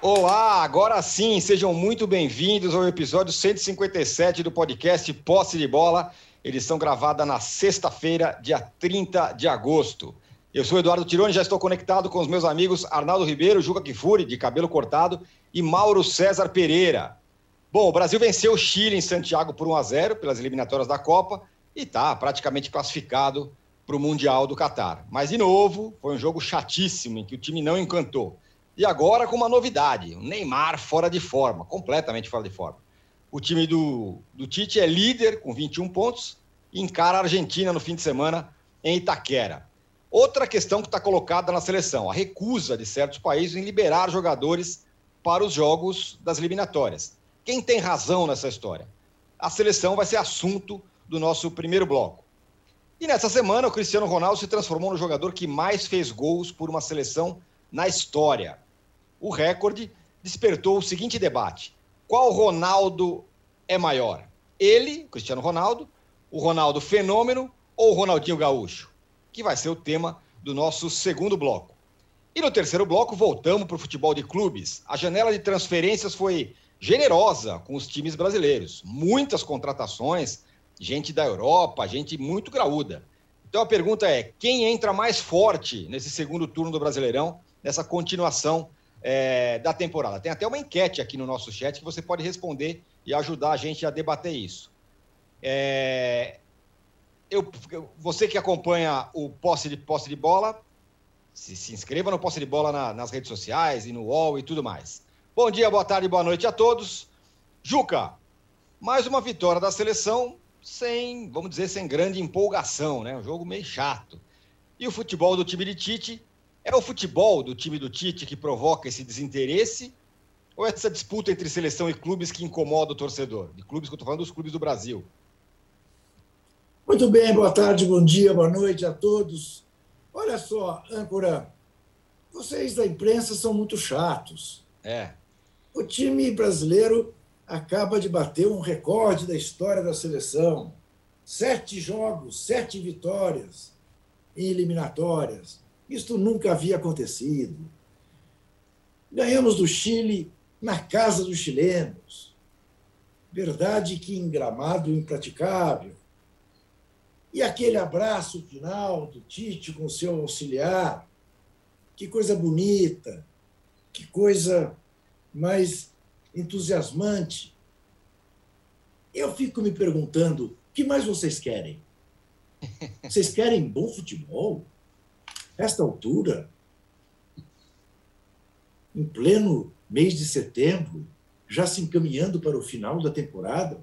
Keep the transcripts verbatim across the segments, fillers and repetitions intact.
Olá, agora sim, sejam muito bem-vindos ao episódio cento e cinquenta e sete do podcast Posse de Bola, edição gravada na sexta-feira, dia trinta de agosto. Eu sou Eduardo Tironi, já estou conectado com os meus amigos Arnaldo Ribeiro, Juca Kfouri, de cabelo cortado, e Mauro César Pereira. Bom, o Brasil venceu o Chile em Santiago por um a zero pelas eliminatórias da Copa e está praticamente classificado para o Mundial do Catar. Mas, de novo, foi um jogo chatíssimo em que o time não encantou. E agora com uma novidade, o Neymar fora de forma, completamente fora de forma. O time do, do Tite é líder com vinte e um pontos e encara a Argentina no fim de semana em Itaquera. Outra questão que está colocada na seleção, a recusa de certos países em liberar jogadores para os jogos das eliminatórias. Quem tem razão nessa história? A seleção vai ser assunto do nosso primeiro bloco. E nessa semana o Cristiano Ronaldo se transformou no jogador que mais fez gols por uma seleção na história. O recorde despertou o seguinte debate: qual Ronaldo é maior? Ele, Cristiano Ronaldo, o Ronaldo Fenômeno ou o Ronaldinho Gaúcho? Que vai ser o tema do nosso segundo bloco. E no terceiro bloco voltamos para o futebol de clubes. A janela de transferências foi generosa com os times brasileiros. Muitas contratações, gente da Europa, gente muito graúda. Então a pergunta é, quem entra mais forte nesse segundo turno do Brasileirão, nessa continuação é, da temporada? Tem até uma enquete aqui no nosso chat que você pode responder e ajudar a gente a debater isso. É, eu, você que acompanha o Posse de, Posse de Bola, se, se inscreva no Posse de Bola na, nas redes sociais e no U O L e tudo mais. Bom dia, boa tarde, boa noite a todos. Juca, mais uma vitória da seleção sem, vamos dizer, sem grande empolgação, né? Um jogo meio chato. E o futebol do time de Tite é o futebol do time do Tite que provoca esse desinteresse ou essa disputa entre seleção e clubes que incomoda o torcedor? De clubes que eu estou falando, dos clubes do Brasil. Muito bem, boa tarde, bom dia, boa noite a todos. Olha só, âncora, vocês da imprensa são muito chatos. É. O time brasileiro acaba de bater um recorde da história da seleção. Sete jogos, sete vitórias em eliminatórias. Isto nunca havia acontecido. Ganhamos do Chile na casa dos chilenos. Verdade que em gramado impraticável. E aquele abraço final do Tite com seu auxiliar. Que coisa bonita, que coisa mais entusiasmante. Eu fico me perguntando, o que mais vocês querem? Vocês querem bom futebol? Esta altura, em pleno mês de setembro, já se encaminhando para o final da temporada?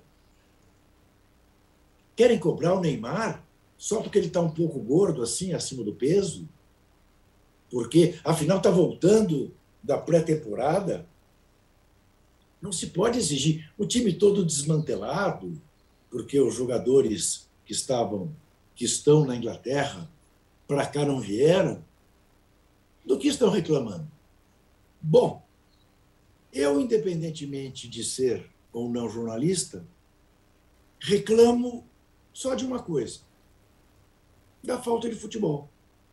Querem cobrar o Neymar só porque ele está um pouco gordo, assim, acima do peso? Porque, afinal, está voltando da pré-temporada? Não se pode exigir. O time todo desmantelado, porque os jogadores que estavam, que estão na Inglaterra, para cá não vieram. Do que estão reclamando? Bom, eu, independentemente de ser ou não jornalista, reclamo só de uma coisa: da falta de futebol.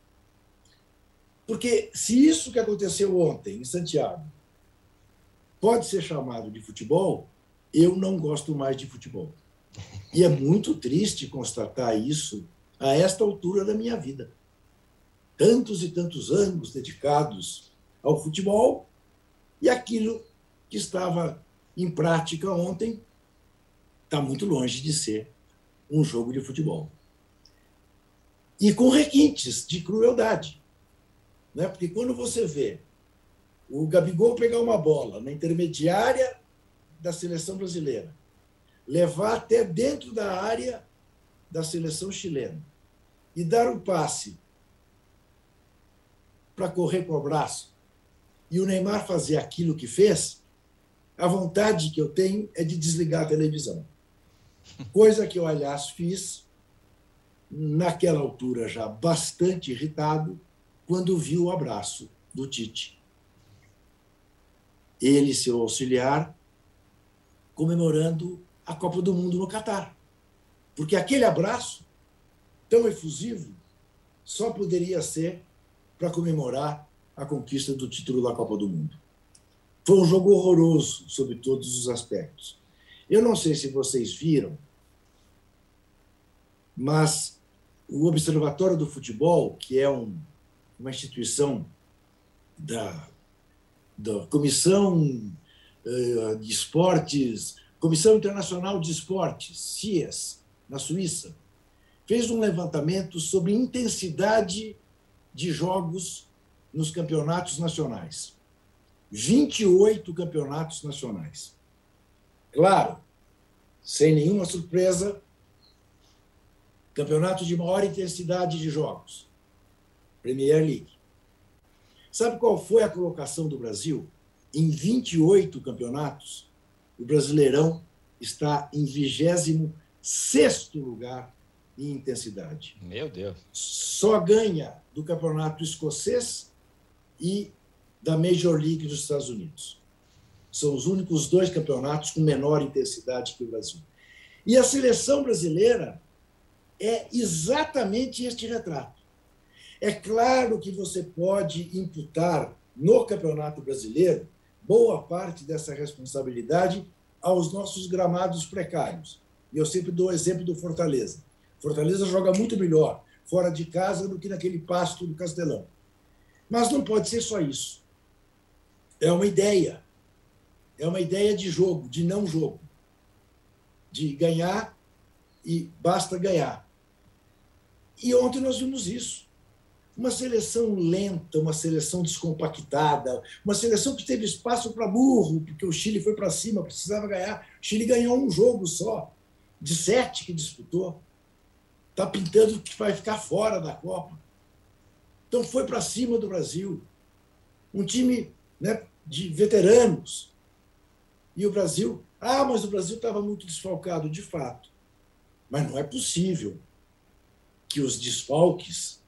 Porque se isso que aconteceu ontem em Santiago pode ser chamado de futebol, eu não gosto mais de futebol. E é muito triste constatar isso a esta altura da minha vida. Tantos e tantos anos dedicados ao futebol e aquilo que estava em prática ontem está muito longe de ser um jogo de futebol. E com requintes de crueldade. Né? Porque quando você vê o Gabigol pegar uma bola na intermediária da seleção brasileira, levar até dentro da área da seleção chilena e dar um passe para correr com o braço, e o Neymar fazer aquilo que fez, a vontade que eu tenho é de desligar a televisão. Coisa que eu, aliás, fiz naquela altura já bastante irritado quando vi o abraço do Tite. Ele e seu auxiliar comemorando a Copa do Mundo no Catar. Porque aquele abraço tão efusivo só poderia ser para comemorar a conquista do título da Copa do Mundo. Foi um jogo horroroso, sob todos os aspectos. Eu não sei se vocês viram, mas o Observatório do Futebol, que é um, uma instituição da, da Comissão uh, de Esportes, Comissão Internacional de Esportes, C I E S, na Suíça, fez um levantamento sobre intensidade de jogos nos campeonatos nacionais. vinte e oito campeonatos nacionais. Claro, sem nenhuma surpresa, campeonato de maior intensidade de jogos, Premier League. Sabe qual foi a colocação do Brasil? Em vinte e oito campeonatos, o Brasileirão está em vigésimo sexto lugar em intensidade. Meu Deus. Só ganha do campeonato escocês e da Major League dos Estados Unidos. São os únicos dois campeonatos com menor intensidade que o Brasil. E a seleção brasileira é exatamente este retrato. É claro que você pode imputar no Campeonato Brasileiro boa parte dessa responsabilidade aos nossos gramados precários. E eu sempre dou o exemplo do Fortaleza. Fortaleza joga muito melhor fora de casa do que naquele pasto do Castelão. Mas não pode ser só isso. É uma ideia. É uma ideia de jogo, de não jogo. De ganhar e basta ganhar. E ontem nós vimos isso. Uma seleção lenta, uma seleção descompactada, uma seleção que teve espaço para burro, porque o Chile foi para cima, precisava ganhar. O Chile ganhou um jogo só, de sete que disputou. Está pintando que vai ficar fora da Copa. Então foi para cima do Brasil. Um time, né, de veteranos. E o Brasil... Ah, mas o Brasil estava muito desfalcado, de fato. Mas não é possível que os desfalques,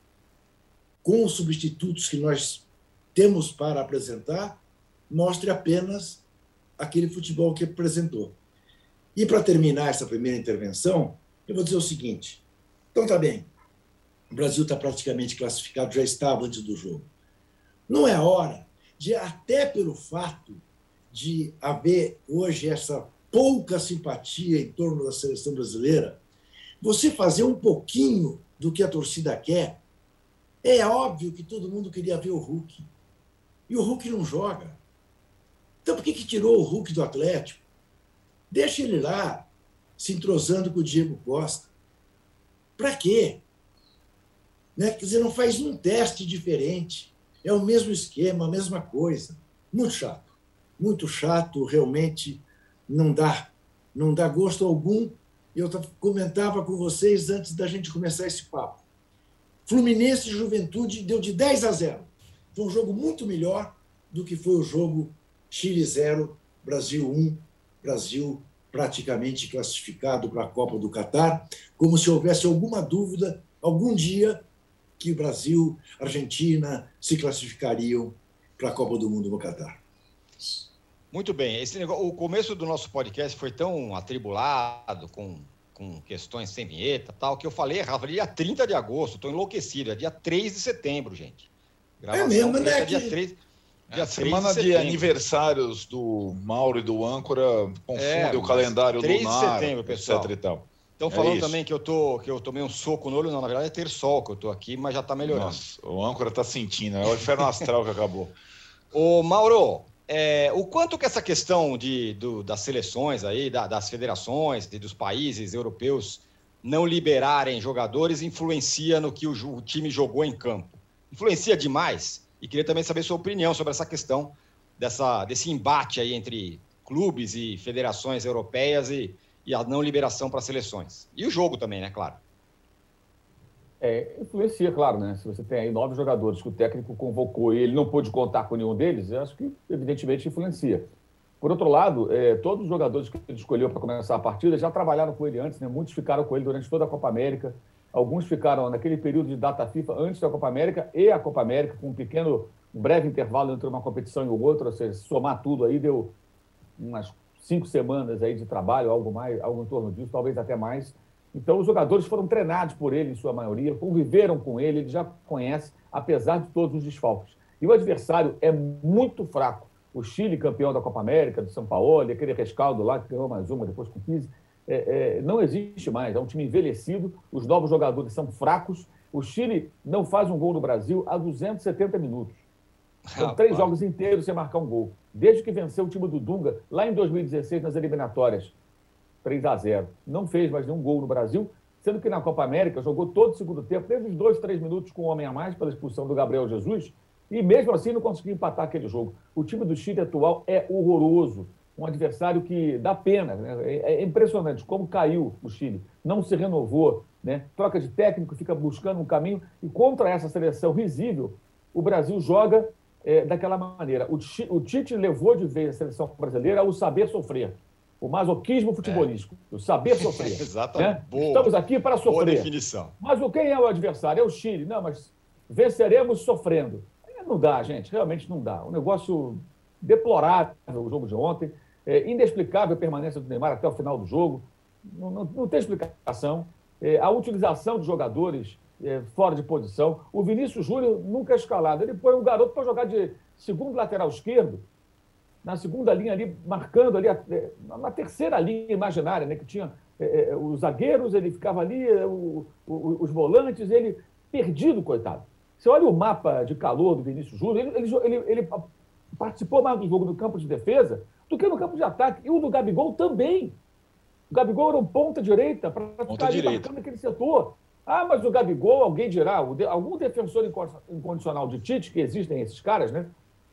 com os substitutos que nós temos para apresentar, mostre apenas aquele futebol que apresentou. E, para terminar essa primeira intervenção, eu vou dizer o seguinte. Então, tá bem. O Brasil está praticamente classificado, já estava antes do jogo. Não é hora de, até pelo fato de haver hoje essa pouca simpatia em torno da seleção brasileira, você fazer um pouquinho do que a torcida quer. É óbvio que todo mundo queria ver o Hulk. E o Hulk não joga. Então, por que que tirou o Hulk do Atlético? Deixa ele lá, se entrosando com o Diego Costa. Para quê? Né? Quer dizer, não faz um teste diferente. É o mesmo esquema, a mesma coisa. Muito chato. Muito chato, realmente não dá, não dá gosto algum. Eu comentava com vocês antes da gente começar esse papo. Fluminense e Juventude deu de dez a zero. Foi um jogo muito melhor do que foi o jogo Chile zero, Brasil um, Brasil praticamente classificado para a Copa do Catar, como se houvesse alguma dúvida, algum dia, que o Brasil, Argentina se classificariam para a Copa do Mundo no Catar. Muito bem. Esse negócio, o começo do nosso podcast foi tão atribulado, com, com questões sem vinheta e tal, que eu falei errado. Falei dia trinta de agosto, estou enlouquecido. É dia três de setembro, gente. Gravação é mesmo, né? Dia três, dia é, semana de, de aniversários do Mauro e do âncora confunde é, o calendário lunar, três de setembro, pessoal. Etc e tal. Estão falando é também que eu, tô, que eu tomei um soco no olho. Não, na verdade é ter sol que eu estou aqui, mas já está melhorando. Nossa, o âncora está sentindo. É o inferno astral que acabou. Ô, Mauro... É, o quanto que essa questão de, do, das seleções aí, da, das federações, de, dos países europeus não liberarem jogadores influencia no que o, o time jogou em campo? Influencia demais? E queria também saber sua opinião sobre essa questão dessa, desse embate aí entre clubes e federações europeias e, e a não liberação para seleções. E o jogo também, né, claro. É, influencia, claro, né? Se você tem aí nove jogadores que o técnico convocou e ele não pôde contar com nenhum deles, eu acho que, evidentemente, influencia. Por outro lado, é, todos os jogadores que ele escolheu para começar a partida já trabalharam com ele antes, né? Muitos ficaram com ele durante toda a Copa América, alguns ficaram naquele período de data FIFA antes da Copa América e a Copa América, com um pequeno, um breve intervalo entre uma competição e outra, ou seja, se somar tudo aí deu umas cinco semanas aí de trabalho, algo mais, algo em torno disso, talvez até mais. Então, os jogadores foram treinados por ele, em sua maioria, conviveram com ele, ele já conhece, apesar de todos os desfalques. E o adversário é muito fraco. o Chile campeão da Copa América, do São Paulo, aquele rescaldo lá que ganhou mais uma, depois com quinze. É, é, não existe mais, é um time envelhecido, os novos jogadores são fracos. O Chile não faz um gol no Brasil há duzentos e setenta minutos. São três jogos inteiros sem marcar um gol. Desde que venceu o time do Dunga, lá em dois mil e dezesseis, nas eliminatórias, três a zero. Não fez mais nenhum gol no Brasil, sendo que na Copa América jogou todo o segundo tempo, teve uns dois, três minutos com um homem a mais pela expulsão do Gabriel Jesus, e mesmo assim não conseguiu empatar aquele jogo. O time do Chile atual é horroroso. Um adversário que dá pena, né? É impressionante como caiu o Chile, não se renovou, né? Troca de técnico, fica buscando um caminho, e contra essa seleção risível, o Brasil joga é, daquela maneira. O, o Tite levou de vez a seleção brasileira ao saber sofrer, o masoquismo futebolístico, é. o saber sofrer. Exatamente. Né? Boa, Estamos aqui para sofrer. Boa definição. Mas quem é o adversário? É o Chile. Não, mas venceremos sofrendo. Não dá, gente, realmente não dá. Um negócio deplorável o jogo de ontem. É, inexplicável a permanência do Neymar até o final do jogo, não, não, não tem explicação. É, a utilização de jogadores é, fora de posição. O Vinícius Júnior nunca é escalado. Ele põe um garoto para jogar de segundo lateral esquerdo, na segunda linha ali, marcando ali, na terceira linha imaginária, né, que tinha é, os zagueiros, ele ficava ali, o, o, os volantes, ele perdido, coitado. Você olha o mapa de calor do Vinícius Júnior, ele, ele, ele, ele participou mais do jogo no campo de defesa do que no campo de ataque. E o do Gabigol também. O Gabigol era um ponta-direita para ficar ali marcando aquele setor. Ah, mas o Gabigol, alguém dirá, algum defensor incondicional de Tite, que existem esses caras, né?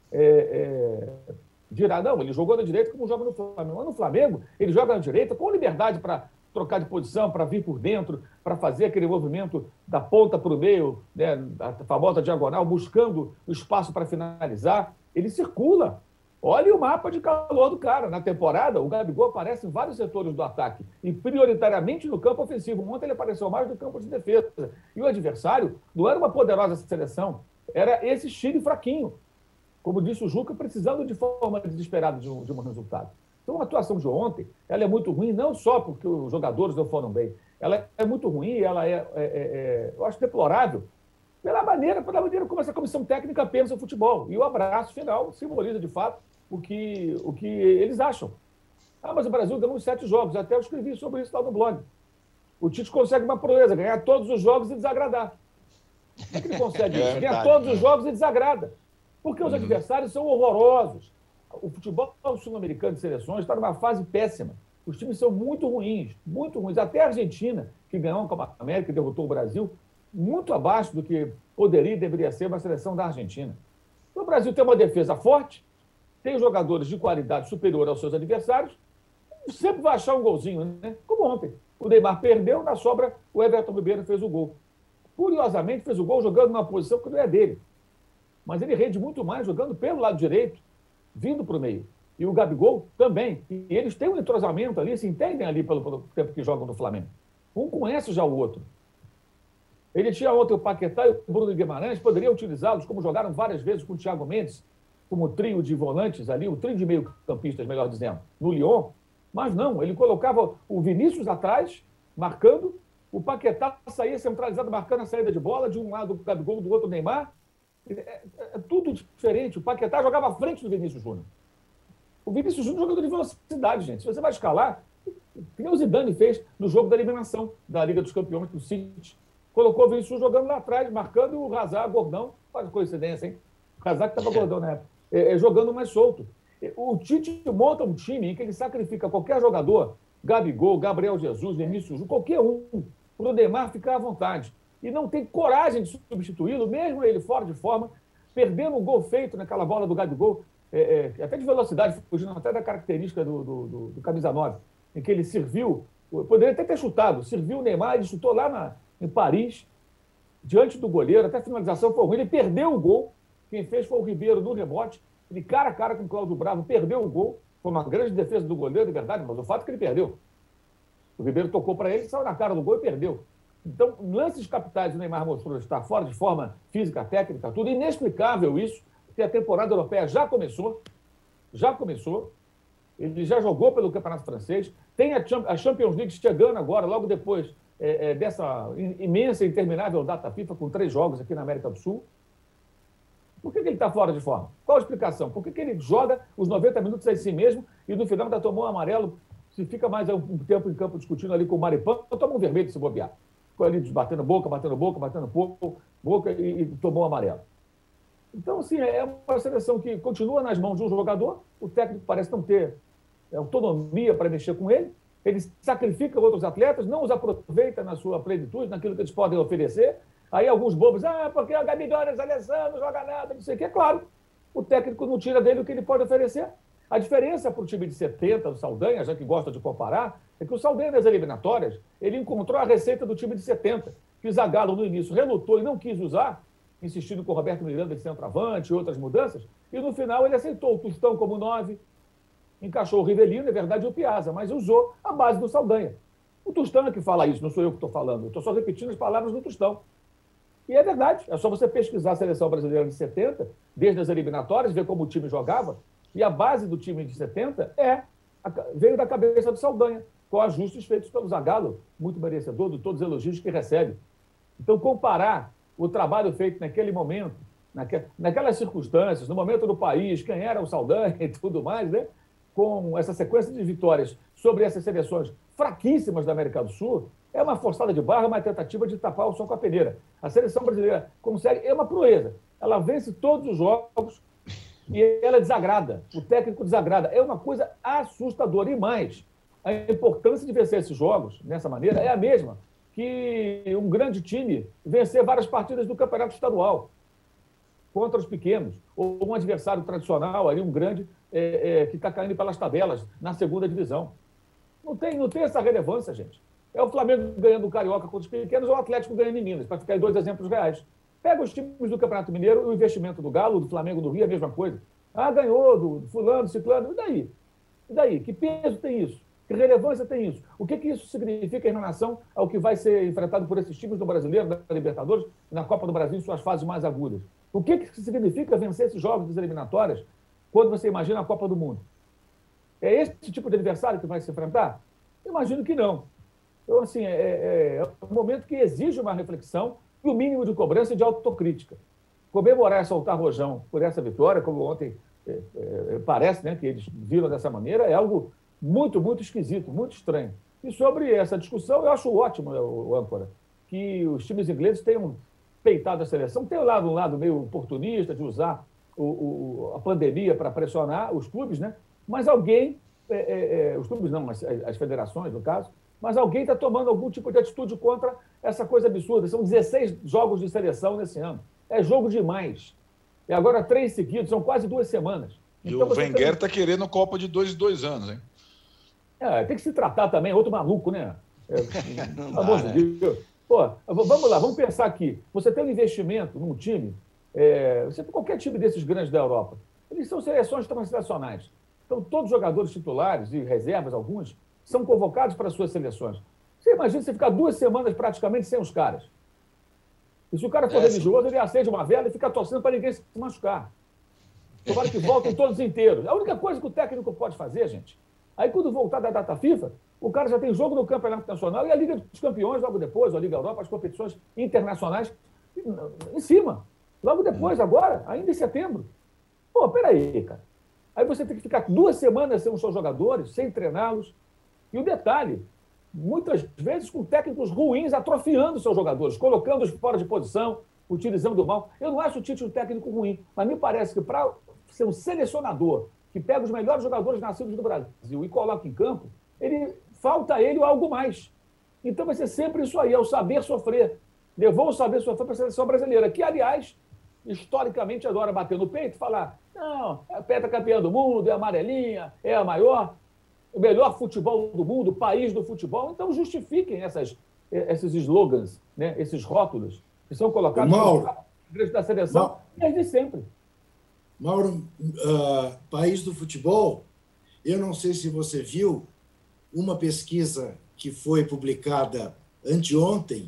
É, é, dirá, não, ele jogou na direita como joga no Flamengo. Mas no Flamengo, ele joga na direita com liberdade para trocar de posição, para vir por dentro, para fazer aquele movimento da ponta para o meio, né, a famosa diagonal, buscando o espaço para finalizar. Ele circula. Olha o mapa de calor do cara. Na temporada, o Gabigol aparece em vários setores do ataque e prioritariamente no campo ofensivo. Ontem ele apareceu mais no campo de defesa. E o adversário não era uma poderosa seleção, era esse Chile fraquinho. Como disse o Juca, precisando de forma desesperada de um, de um resultado. Então, a atuação de ontem, ela é muito ruim, não só porque os jogadores não foram bem. Ela é muito ruim, ela é, é, é, é eu acho, deplorável, pela maneira, pela maneira como essa comissão técnica pensa o futebol. E o abraço final simboliza, de fato, o que, o que eles acham. Ah, mas o Brasil ganhou sete jogos. Até eu escrevi sobre isso lá no blog. O Tite consegue uma proeza, ganhar todos os jogos e desagradar. Como é que ele consegue isso? É ganhar todos os jogos e desagrada. Porque os uhum. adversários são horrorosos. O futebol sul-americano de seleções está numa fase péssima. Os times são muito ruins, muito ruins. Até a Argentina, que ganhou a Copa América e derrotou o Brasil, muito abaixo do que poderia e deveria ser uma seleção da Argentina. Então, o Brasil tem uma defesa forte, tem jogadores de qualidade superior aos seus adversários, sempre vai achar um golzinho, né? Como ontem. O Neymar perdeu, na sobra, o Everton Ribeiro fez o gol. Curiosamente, fez o gol jogando numa posição que não é dele. Mas ele rende muito mais jogando pelo lado direito, vindo para o meio. E o Gabigol também. E eles têm um entrosamento ali, se entendem ali pelo, pelo tempo que jogam no Flamengo. Um conhece já o outro. Ele tinha ontem o Paquetá e o Bruno Guimarães, poderia utilizá-los, como jogaram várias vezes com o Thiago Mendes, como trio de volantes ali, o trio de meio-campistas, melhor dizendo, no Lyon. Mas não, ele colocava o Vinícius atrás, marcando, o Paquetá saía centralizado, marcando a saída de bola, de um lado o Gabigol, do outro o Neymar. É, é, é tudo diferente. O Paquetá jogava à frente do Vinícius Júnior. O Vinícius Júnior é jogador de velocidade, gente. Se você vai escalar, que nem o Zidane fez no jogo da eliminação da Liga dos Campeões do City. Colocou o Vinícius jogando lá atrás, marcando o Hazard, gordão. Faz coincidência, hein? O Hazard que estava gordão na época. É, é, jogando mais solto. O Tite monta um time em que ele sacrifica qualquer jogador, Gabigol, Gabriel Jesus, Vinícius Júnior, qualquer um, para o Neymar ficar à vontade. E não tem coragem de substituí-lo, mesmo ele fora de forma, perdendo um gol feito naquela bola do Gabigol, é, é, até de velocidade, fugindo até da característica do, do, do, do camisa nove, em que ele serviu, poderia até ter chutado, serviu o Neymar, ele chutou lá na, em Paris, diante do goleiro, até a finalização foi ruim, ele perdeu o gol, quem fez foi o Ribeiro no rebote, ele cara a cara com o Cláudio Bravo, perdeu o gol, foi uma grande defesa do goleiro, de verdade, mas o fato é que ele perdeu. O Ribeiro tocou para ele, saiu na cara do gol e perdeu. Então, lances capitais, o Neymar mostrou estar fora de forma física, técnica, tudo. Inexplicável isso, porque a temporada europeia já começou, já começou, ele já jogou pelo Campeonato Francês, tem a Champions League chegando agora, logo depois é, é, dessa imensa e interminável data FIFA, com três jogos aqui na América do Sul. Por que, que ele está fora de forma? Qual a explicação? Por que, que ele joga os noventa minutos em si mesmo e no final ainda tomou um amarelo, se fica mais um tempo em campo discutindo ali com o Maripã, toma um vermelho se bobear. Ficou ali batendo boca, batendo boca, batendo boca e, e tomou um amarelo. Então, assim, é uma seleção que continua nas mãos de um jogador, o técnico parece não ter autonomia para mexer com ele, ele sacrifica outros atletas, não os aproveita na sua plenitude, naquilo que eles podem oferecer. Aí alguns bobos, ah, porque a Gabigol na seleção não joga nada, não sei o quê. É claro, o técnico não tira dele o que ele pode oferecer. A diferença para o time de setenta, do Saldanha, já que gosta de comparar, é que o Saldanha nas eliminatórias, ele encontrou a receita do time de setenta, que o Zagallo no início relutou e não quis usar, insistindo com o Roberto Miranda de centroavante e outras mudanças, e no final ele aceitou o Tostão como nove, encaixou o Rivelino, é verdade, e o Piazza, mas usou a base do Saldanha. O Tostão é que fala isso, não sou eu que estou falando, eu estou só repetindo as palavras do Tostão. E é verdade, é só você pesquisar a seleção brasileira de setenta, desde as eliminatórias, ver como o time jogava, e a base do time de setenta é, veio da cabeça do Saldanha, com ajustes feitos pelo Zagallo, muito merecedor de todos os elogios que recebe. Então, comparar o trabalho feito naquele momento, naque, naquelas circunstâncias, no momento do país, quem era o Saldanha e tudo mais, né? Com essa sequência de vitórias sobre essas seleções fraquíssimas da América do Sul, é uma forçada de barra, uma tentativa de tapar o som com a peneira. A seleção brasileira consegue, é uma proeza. Ela vence todos os jogos e ela desagrada. O técnico desagrada. É uma coisa assustadora. E mais, a importância de vencer esses jogos, dessa maneira, é a mesma que um grande time vencer várias partidas do campeonato estadual contra os pequenos, ou um adversário tradicional, ali, um grande, é, é, que está caindo pelas tabelas na segunda divisão. Não tem, não tem essa relevância, gente. É o Flamengo ganhando o Carioca contra os pequenos ou o Atlético ganhando em Minas, para ficar em dois exemplos reais. Pega os times do Campeonato Mineiro, o investimento do Galo, do Flamengo no Rio, é a mesma coisa. Ah, ganhou do, do fulano, do ciclano, e daí? E daí? Que peso tem isso? Que relevância tem isso? O que, que isso significa em relação ao que vai ser enfrentado por esses times do Brasileiro, da Libertadores, na Copa do Brasil, em suas fases mais agudas? O que, que significa vencer esses jogos das eliminatórias quando você imagina a Copa do Mundo? É esse tipo de adversário que vai se enfrentar? Imagino que não. Então, assim, é, é, é um momento que exige uma reflexão e o mínimo de cobrança e de autocrítica. Comemorar e soltar rojão por essa vitória, como ontem é, é, parece, né, que eles viram dessa maneira, é algo muito, muito esquisito, muito estranho. E sobre essa discussão, eu acho ótimo, o âncora, que os times ingleses tenham peitado a seleção. Tem um lado, um lado meio oportunista de usar o, o, a pandemia para pressionar os clubes, né? Mas alguém, é, é, é, os clubes não, mas as, as federações, no caso, mas alguém está tomando algum tipo de atitude contra essa coisa absurda. São dezesseis jogos de seleção nesse ano. É jogo demais. E agora três seguidos, são quase duas semanas. E então, o Wenger está tem... querendo Copa de dois em dois anos, hein? É, tem que se tratar também, outro maluco, né? É, não dá, amor de Deus. Pô, vamos lá, vamos pensar aqui. Você tem um investimento num time, é, você qualquer time desses grandes da Europa, eles são seleções transnacionais. Então, todos os jogadores titulares e reservas, alguns, são convocados para as suas seleções. Você imagina você ficar duas semanas praticamente sem os caras. E se o cara for é, religioso, sim. Ele acende uma vela e fica torcendo para ninguém se machucar. Tomara que voltem todos inteiros. A única coisa que o técnico pode fazer, gente, aí quando voltar da data FIFA, o cara já tem jogo no Campeonato Nacional e a Liga dos Campeões logo depois, ou a Liga Europa, as competições internacionais em cima. Logo depois, agora, ainda em setembro. Pô, peraí, cara. Aí você tem que ficar duas semanas sem os seus jogadores, sem treiná-los. E o detalhe, muitas vezes com técnicos ruins atrofiando seus jogadores, colocando-os fora de posição, utilizando mal. Eu não acho o Tite um técnico ruim, mas me parece que para ser um selecionador que pega os melhores jogadores nascidos do Brasil e coloca em campo, ele falta a ele algo mais. Então vai ser sempre isso aí, é o saber sofrer. Levou o saber sofrer para a seleção brasileira, que, aliás, historicamente adora bater no peito e falar: não, é a pentacampeã do mundo, é a amarelinha, é a maior, o melhor futebol do mundo, o país do futebol. Então justifiquem essas, esses slogans, né, esses rótulos que são colocados Mauro, da seleção Mauro, desde sempre. Mauro, uh, país do futebol, eu não sei se você viu uma pesquisa que foi publicada anteontem,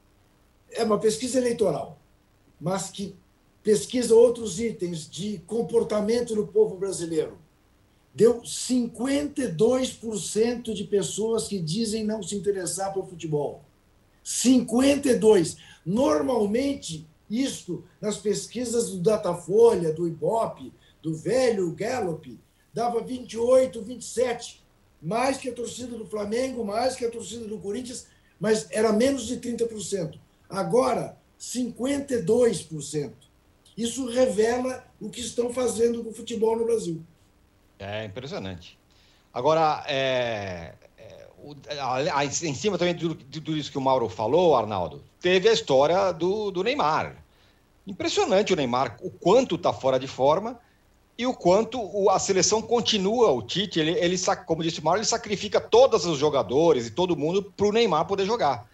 é uma pesquisa eleitoral, mas que pesquisa outros itens de comportamento do povo brasileiro. Deu cinquenta e dois por cento de pessoas que dizem não se interessar por futebol. cinquenta e dois por cento. Normalmente, Isto, nas pesquisas do Datafolha, do Ibope, do velho Gallup, dava vinte e oito, vinte e sete, mais que a torcida do Flamengo, mais que a torcida do Corinthians, mas era menos de trinta por cento. Agora, cinquenta e dois por cento. Isso revela o que estão fazendo com o futebol no Brasil. É impressionante. Agora, é, é, o, a, a, em cima também de tudo, de tudo isso que o Mauro falou, Arnaldo, teve a história do, do Neymar. Impressionante o Neymar, o quanto está fora de forma e o quanto o, a seleção continua, o Tite, ele, ele, como disse o Mauro, ele sacrifica todos os jogadores e todo mundo para o Neymar poder jogar.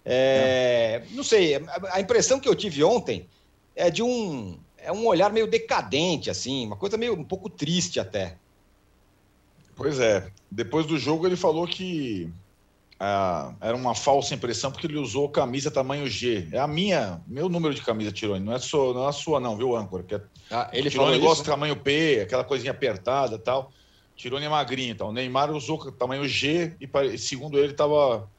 É, é. Não sei, a impressão que eu tive ontem é de um, é um olhar meio decadente, assim, uma coisa meio um pouco triste até. Pois é, depois do jogo ele falou que ah, era uma falsa impressão porque ele usou camisa tamanho G. É a minha, meu número de camisa, Tirone, não é, sua, não é a sua não, viu, âncora? Que é, ah, ele Tirone falou gosta isso? de tamanho P, aquela coisinha apertada e tal. Tirone é magrinho, então. O Neymar usou tamanho G e, segundo ele, estava...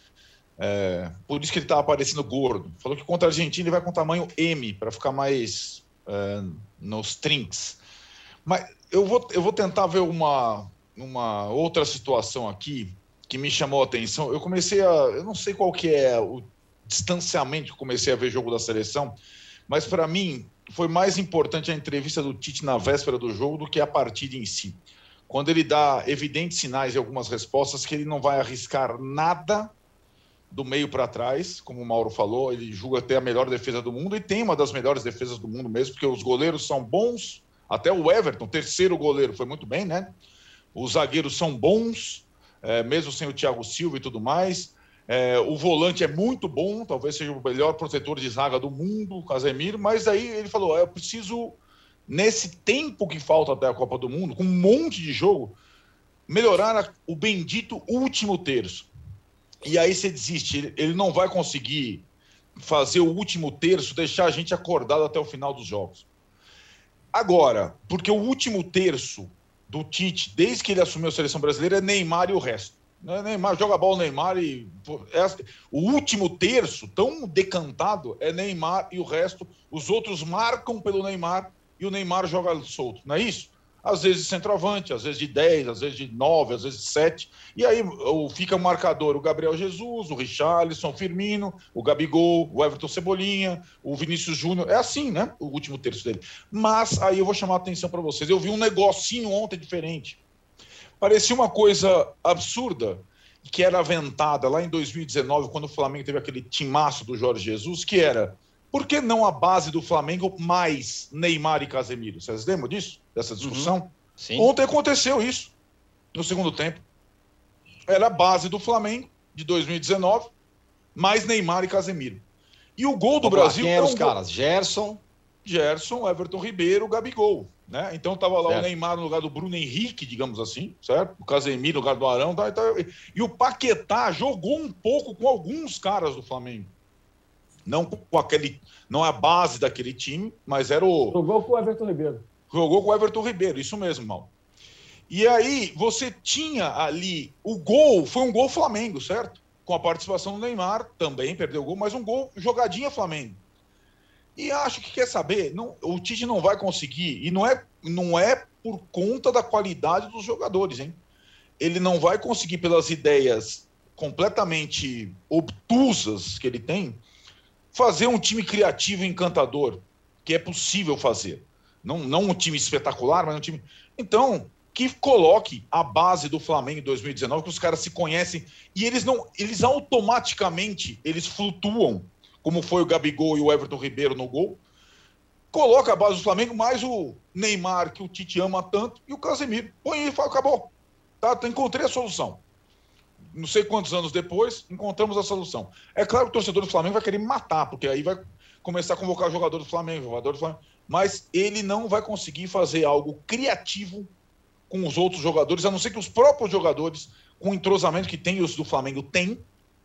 É, por isso que ele estava parecendo gordo. Falou que contra a Argentina ele vai com tamanho M, para ficar mais é, nos trinks. Mas eu vou, eu vou tentar ver uma... uma outra situação aqui que me chamou a atenção. Eu comecei a... Eu não sei qual que é o distanciamento que comecei a ver jogo da seleção, mas para mim foi mais importante a entrevista do Tite na véspera do jogo do que a partida em si. Quando ele dá evidentes sinais e algumas respostas que ele não vai arriscar nada do meio para trás, como o Mauro falou, ele julga ter a melhor defesa do mundo e tem uma das melhores defesas do mundo mesmo, porque os goleiros são bons, até o Everton, terceiro goleiro, foi muito bem, né? Os zagueiros são bons, é, mesmo sem o Thiago Silva e tudo mais. É, o volante é muito bom, talvez seja o melhor protetor de zaga do mundo, o Casemiro, mas aí ele falou, eu preciso, nesse tempo que falta até a Copa do Mundo, com um monte de jogo, melhorar o bendito último terço. E aí você desiste, ele não vai conseguir fazer o último terço, deixar a gente acordado até o final dos jogos. Agora, porque o último terço do Tite, desde que ele assumiu a seleção brasileira, é Neymar e o resto. Neymar joga bola, Neymar e... O último terço, tão decantado, é Neymar e o resto. Os outros marcam pelo Neymar e o Neymar joga solto, não é isso? Às vezes de centroavante, às vezes de dez, às vezes de nove, às vezes de sete. E aí fica o marcador o Gabriel Jesus, o Richarlison, o Firmino, o Gabigol, o Everton Cebolinha, o Vinícius Júnior. É assim, né? O último terço dele. Mas aí eu vou chamar a atenção para vocês. Eu vi um negocinho ontem diferente. Parecia uma coisa absurda, que era aventada lá em dois mil e dezenove, quando o Flamengo teve aquele timaço do Jorge Jesus, que era, por que não a base do Flamengo mais Neymar e Casemiro? Vocês lembram disso? Dessa discussão? Uhum. Sim. Ontem aconteceu isso, no segundo tempo. Era a base do Flamengo, de dois mil e dezenove, mais Neymar e Casemiro. E o gol do Vamos Brasil... Lá, quem eram é um os caras? Gerson... Gerson, Everton Ribeiro, Gabigol, né? Então estava lá certo. O Neymar no lugar do Bruno Henrique, digamos assim, certo? O Casemiro no lugar do Arão, tá, tá, e o Paquetá jogou um pouco com alguns caras do Flamengo. Não com aquele, não a base daquele time, mas era o... Jogou com o Everton Ribeiro. Jogou com o Everton Ribeiro, isso mesmo, Mal. E aí você tinha ali o gol, foi um gol Flamengo, certo? Com a participação do Neymar, também perdeu o gol, mas um gol jogadinha Flamengo. E acho que, quer saber, não, o Tite não vai conseguir, e não é, não é por conta da qualidade dos jogadores, hein? Ele não vai conseguir, pelas ideias completamente obtusas que ele tem, fazer um time criativo e encantador, que é possível fazer. Não, não um time espetacular, mas um time... Então, que coloque a base do Flamengo em dois mil e dezenove, que os caras se conhecem, e eles não, eles automaticamente, eles flutuam, como foi o Gabigol e o Everton Ribeiro no gol, coloca a base do Flamengo, mais o Neymar, que o Tite ama tanto, e o Casemiro. Põe e fala, acabou. Tá, encontrei a solução. Não sei quantos anos depois, encontramos a solução. É claro que o torcedor do Flamengo vai querer me matar, porque aí vai começar a convocar jogador do Flamengo, jogador do Flamengo, mas ele não vai conseguir fazer algo criativo com os outros jogadores, a não ser que os próprios jogadores, com o entrosamento que tem e os do Flamengo têm,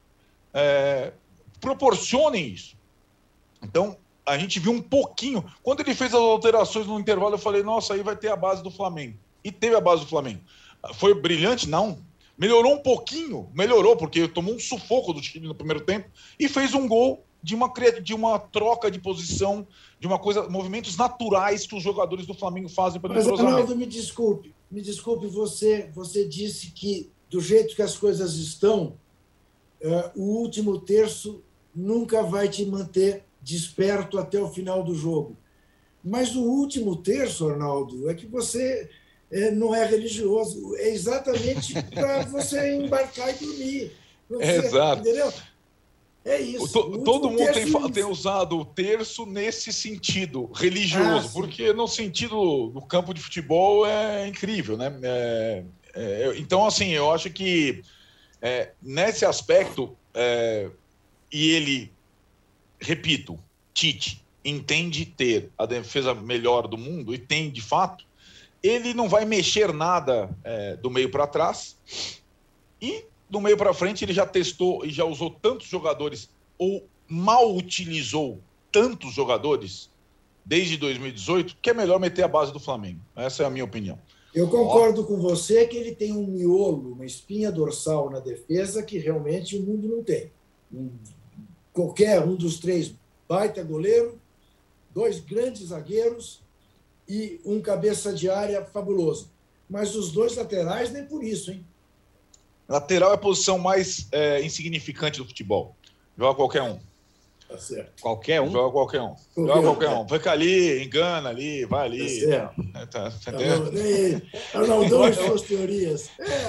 é... proporcionem isso. Então, a gente viu um pouquinho. Quando ele fez as alterações no intervalo, eu falei, nossa, aí vai ter a base do Flamengo. E teve a base do Flamengo. Foi brilhante? Não. Melhorou um pouquinho? Melhorou, porque tomou um sufoco do time no primeiro tempo e fez um gol de uma, de uma troca de posição, de uma coisa, movimentos naturais que os jogadores do Flamengo fazem para o entrosamento. Mas, Arnaldo, me desculpe, me desculpe, você, você disse que, do jeito que as coisas estão, uh, o último terço nunca vai te manter desperto até o final do jogo. Mas o último terço, Arnaldo, é que você é, não é religioso. É exatamente para você embarcar e dormir. Você, é exato. Entendeu? É isso. To, todo mundo tem, tem usado o terço nesse sentido religioso, ah, porque no sentido do campo de futebol é incrível, né? É, é, então, assim, eu acho que é, nesse aspecto, é, e ele, repito, Tite entende ter a defesa melhor do mundo, e tem de fato, ele não vai mexer nada é, do meio para trás, e do meio para frente ele já testou e já usou tantos jogadores, ou mal utilizou tantos jogadores desde dois mil e dezoito, que é melhor meter a base do Flamengo. Essa é a minha opinião. Eu concordo Ó. com você que ele tem um miolo, uma espinha dorsal na defesa que realmente o mundo não tem. Qualquer um dos três, baita goleiro, dois grandes zagueiros e um cabeça de área fabuloso. Mas os dois laterais nem por isso, hein? Lateral é a posição mais é, insignificante do futebol. Joga qualquer um. Tá certo. Qualquer um? Joga qualquer um. Qualquer Joga qualquer um. Fica ali, engana ali, vai ali. Tá certo. É, tá, tá Arnaldão e suas teorias.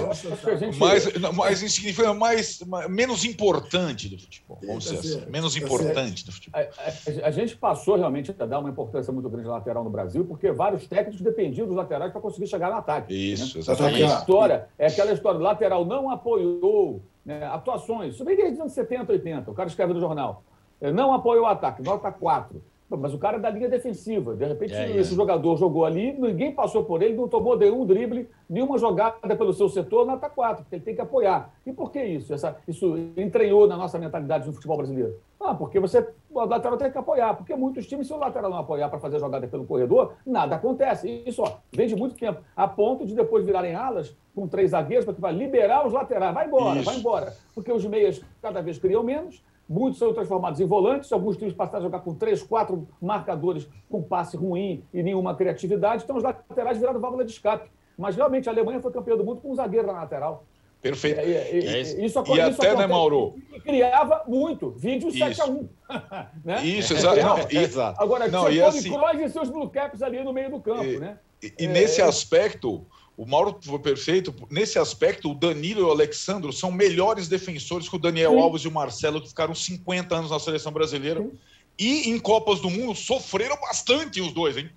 É, mais, mais insignificante, mais, mais, menos importante do futebol. Vamos tá dizer certo. assim. Menos tá importante certo. do futebol. A, a, a gente passou realmente a dar uma importância muito grande na lateral no Brasil, porque vários técnicos dependiam dos laterais para conseguir chegar no ataque. Isso, né? exatamente. A história, é aquela história, o lateral não apoiou, né, atuações. Isso vem desde os anos setenta, oitenta. O cara escreve no jornal. Não apoiou o ataque, nota quatro. Mas o cara é da linha defensiva. De repente, é, esse é. jogador jogou ali, ninguém passou por ele, não tomou nenhum drible, nenhuma jogada pelo seu setor, nota quatro, porque ele tem que apoiar. E por que isso? Essa, isso entranhou na nossa mentalidade no futebol brasileiro. Ah, porque você, o lateral tem que apoiar. Porque muitos times, se o lateral não apoiar para fazer a jogada pelo corredor, nada acontece. Isso ó, vem de muito tempo. A ponto de depois virarem alas com três zagueiros, para que vai liberar os laterais. Vai embora, isso. vai embora. Porque os meias cada vez criam menos. Muitos são transformados em volantes, alguns times passaram a jogar com três, quatro marcadores com passe ruim e nenhuma criatividade, então os laterais viraram válvula de escape. Mas realmente a Alemanha foi campeã do mundo com um zagueiro na lateral. Perfeito. E, e, é isso. Isso, e isso até, né, Mauro? E criava muito, vídeo sete a um. Né? Isso, exato. É, não, é, e, exato. Agora, não, você e pode assim, Kroos e seus blue caps ali no meio do campo. E, né? e, e é, nesse é... aspecto... O Mauro foi perfeito. Nesse aspecto, o Danilo e o Alexandro são melhores defensores que o Daniel Sim. Alves e o Marcelo, que ficaram cinquenta anos na seleção brasileira. Sim. E em Copas do Mundo sofreram bastante os dois, hein?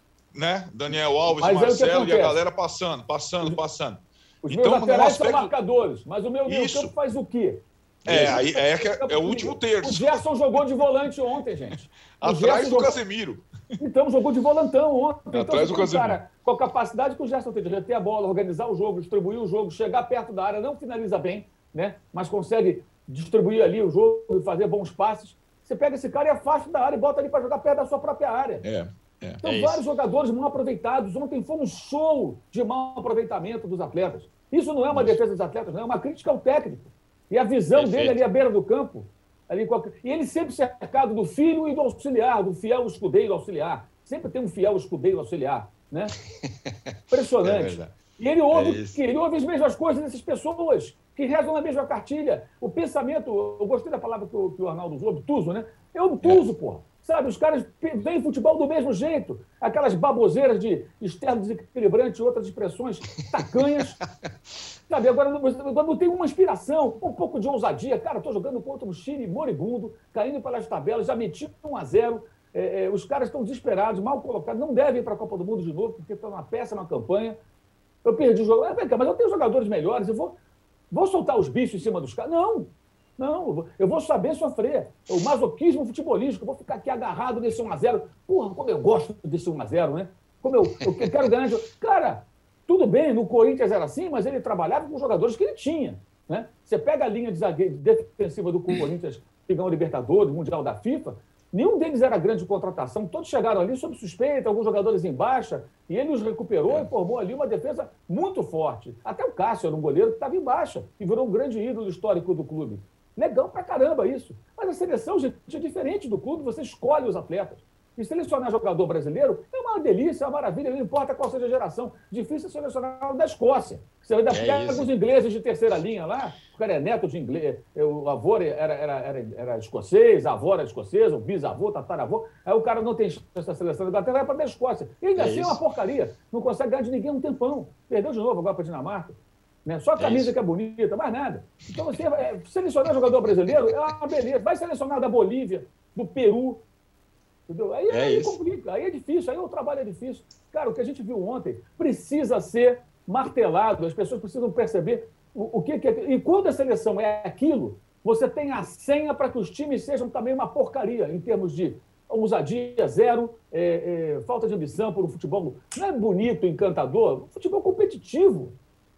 Né? Daniel Alves e Marcelo e a galera passando, passando, passando. Os então, meus laterais aspecto... são marcadores, mas o meu meio campo faz o quê? É, aí é, é, é o último terço. O Gerson jogou de volante ontem, gente. O Atrás Gerson do jogou... Casemiro. Então, jogou de volantão ontem. Então, Atrás do Casemiro. Cara, com a capacidade que o Gerson tem de reter a bola, organizar o jogo, distribuir o jogo, chegar perto da área, não finaliza bem, né? Mas consegue distribuir ali o jogo e fazer bons passes. Você pega esse cara e afasta da área e bota ali para jogar perto da sua própria área. É. É, então, é vários isso. jogadores mal aproveitados. Ontem foi um show de mal aproveitamento dos atletas. Isso não é uma isso. defesa dos atletas, não é uma crítica ao técnico. E a visão Perfeito. dele ali à beira do campo. Ali, e ele sempre cercado do filho e do auxiliar, do fiel escudeiro auxiliar. Sempre tem um fiel escudeiro auxiliar, né? Impressionante. É e ele ouve, é ele ouve as mesmas coisas dessas pessoas que rezam na mesma cartilha. O pensamento, eu gostei da palavra que o, que o Arnaldo usou, obtuso, né? É obtuso, é. porra. Sabe, os caras veem futebol do mesmo jeito. Aquelas baboseiras de externo desequilibrante e outras expressões tacanhas. Sabe, agora não, agora não tem uma inspiração, um pouco de ousadia. Cara, estou jogando contra um Chile moribundo, caindo pelas tabelas, já meti um a zero. É, é, os caras estão desesperados, mal colocados, não devem ir para a Copa do Mundo de novo, porque estão numa péssima campanha. Eu perdi o jogo. É, mas eu tenho jogadores melhores, eu vou, vou soltar os bichos em cima dos caras. Não, não, eu vou saber sofrer. O masoquismo futebolístico, eu vou ficar aqui agarrado nesse um a zero. Porra, como eu gosto desse um a zero, né? Como eu, eu quero ganhar. Cara, tudo bem, no Corinthians era assim, mas ele trabalhava com os jogadores que ele tinha. Né? Você pega a linha de zagueiro defensiva do Corinthians, que ganhou o Libertadores, Mundial da FIFA, nenhum deles era grande contratação, todos chegaram ali sob suspeita, alguns jogadores em baixa, e ele os recuperou é. e formou ali uma defesa muito forte. Até o Cássio era um goleiro que estava em baixa e virou um grande ídolo histórico do clube. Legal pra caramba isso. Mas Mas a seleção, gente, é diferente do clube, você escolhe os atletas. E selecionar jogador brasileiro é uma delícia, é uma maravilha, não importa qual seja a geração. Difícil é selecionar o da Escócia. Você ainda É pega isso. os ingleses de terceira linha lá, o cara é neto de inglês, o avô era, era, era, era escocês, a avó era escocesa, o bisavô, tataravô. Aí o cara não tem chance da seleção da Inglaterra, vai para a Escócia. E ainda É assim é isso. uma porcaria. Não consegue ganhar de ninguém um tempão. Perdeu de novo agora para a Dinamarca. Né? Só a camisa isso. que é bonita, mais nada. Então, você é, selecionar jogador brasileiro é uma beleza. Vai selecionar da Bolívia, do Peru. Entendeu? Aí, É aí isso. complica, aí é difícil, aí o trabalho é difícil. Cara, o que a gente viu ontem precisa ser martelado, as pessoas precisam perceber o, o que, que é. E quando a seleção é aquilo, você tem a senha para que os times sejam também uma porcaria, em termos de ousadia, zero, é, é, falta de ambição por um futebol. Não é bonito, encantador, futebol competitivo.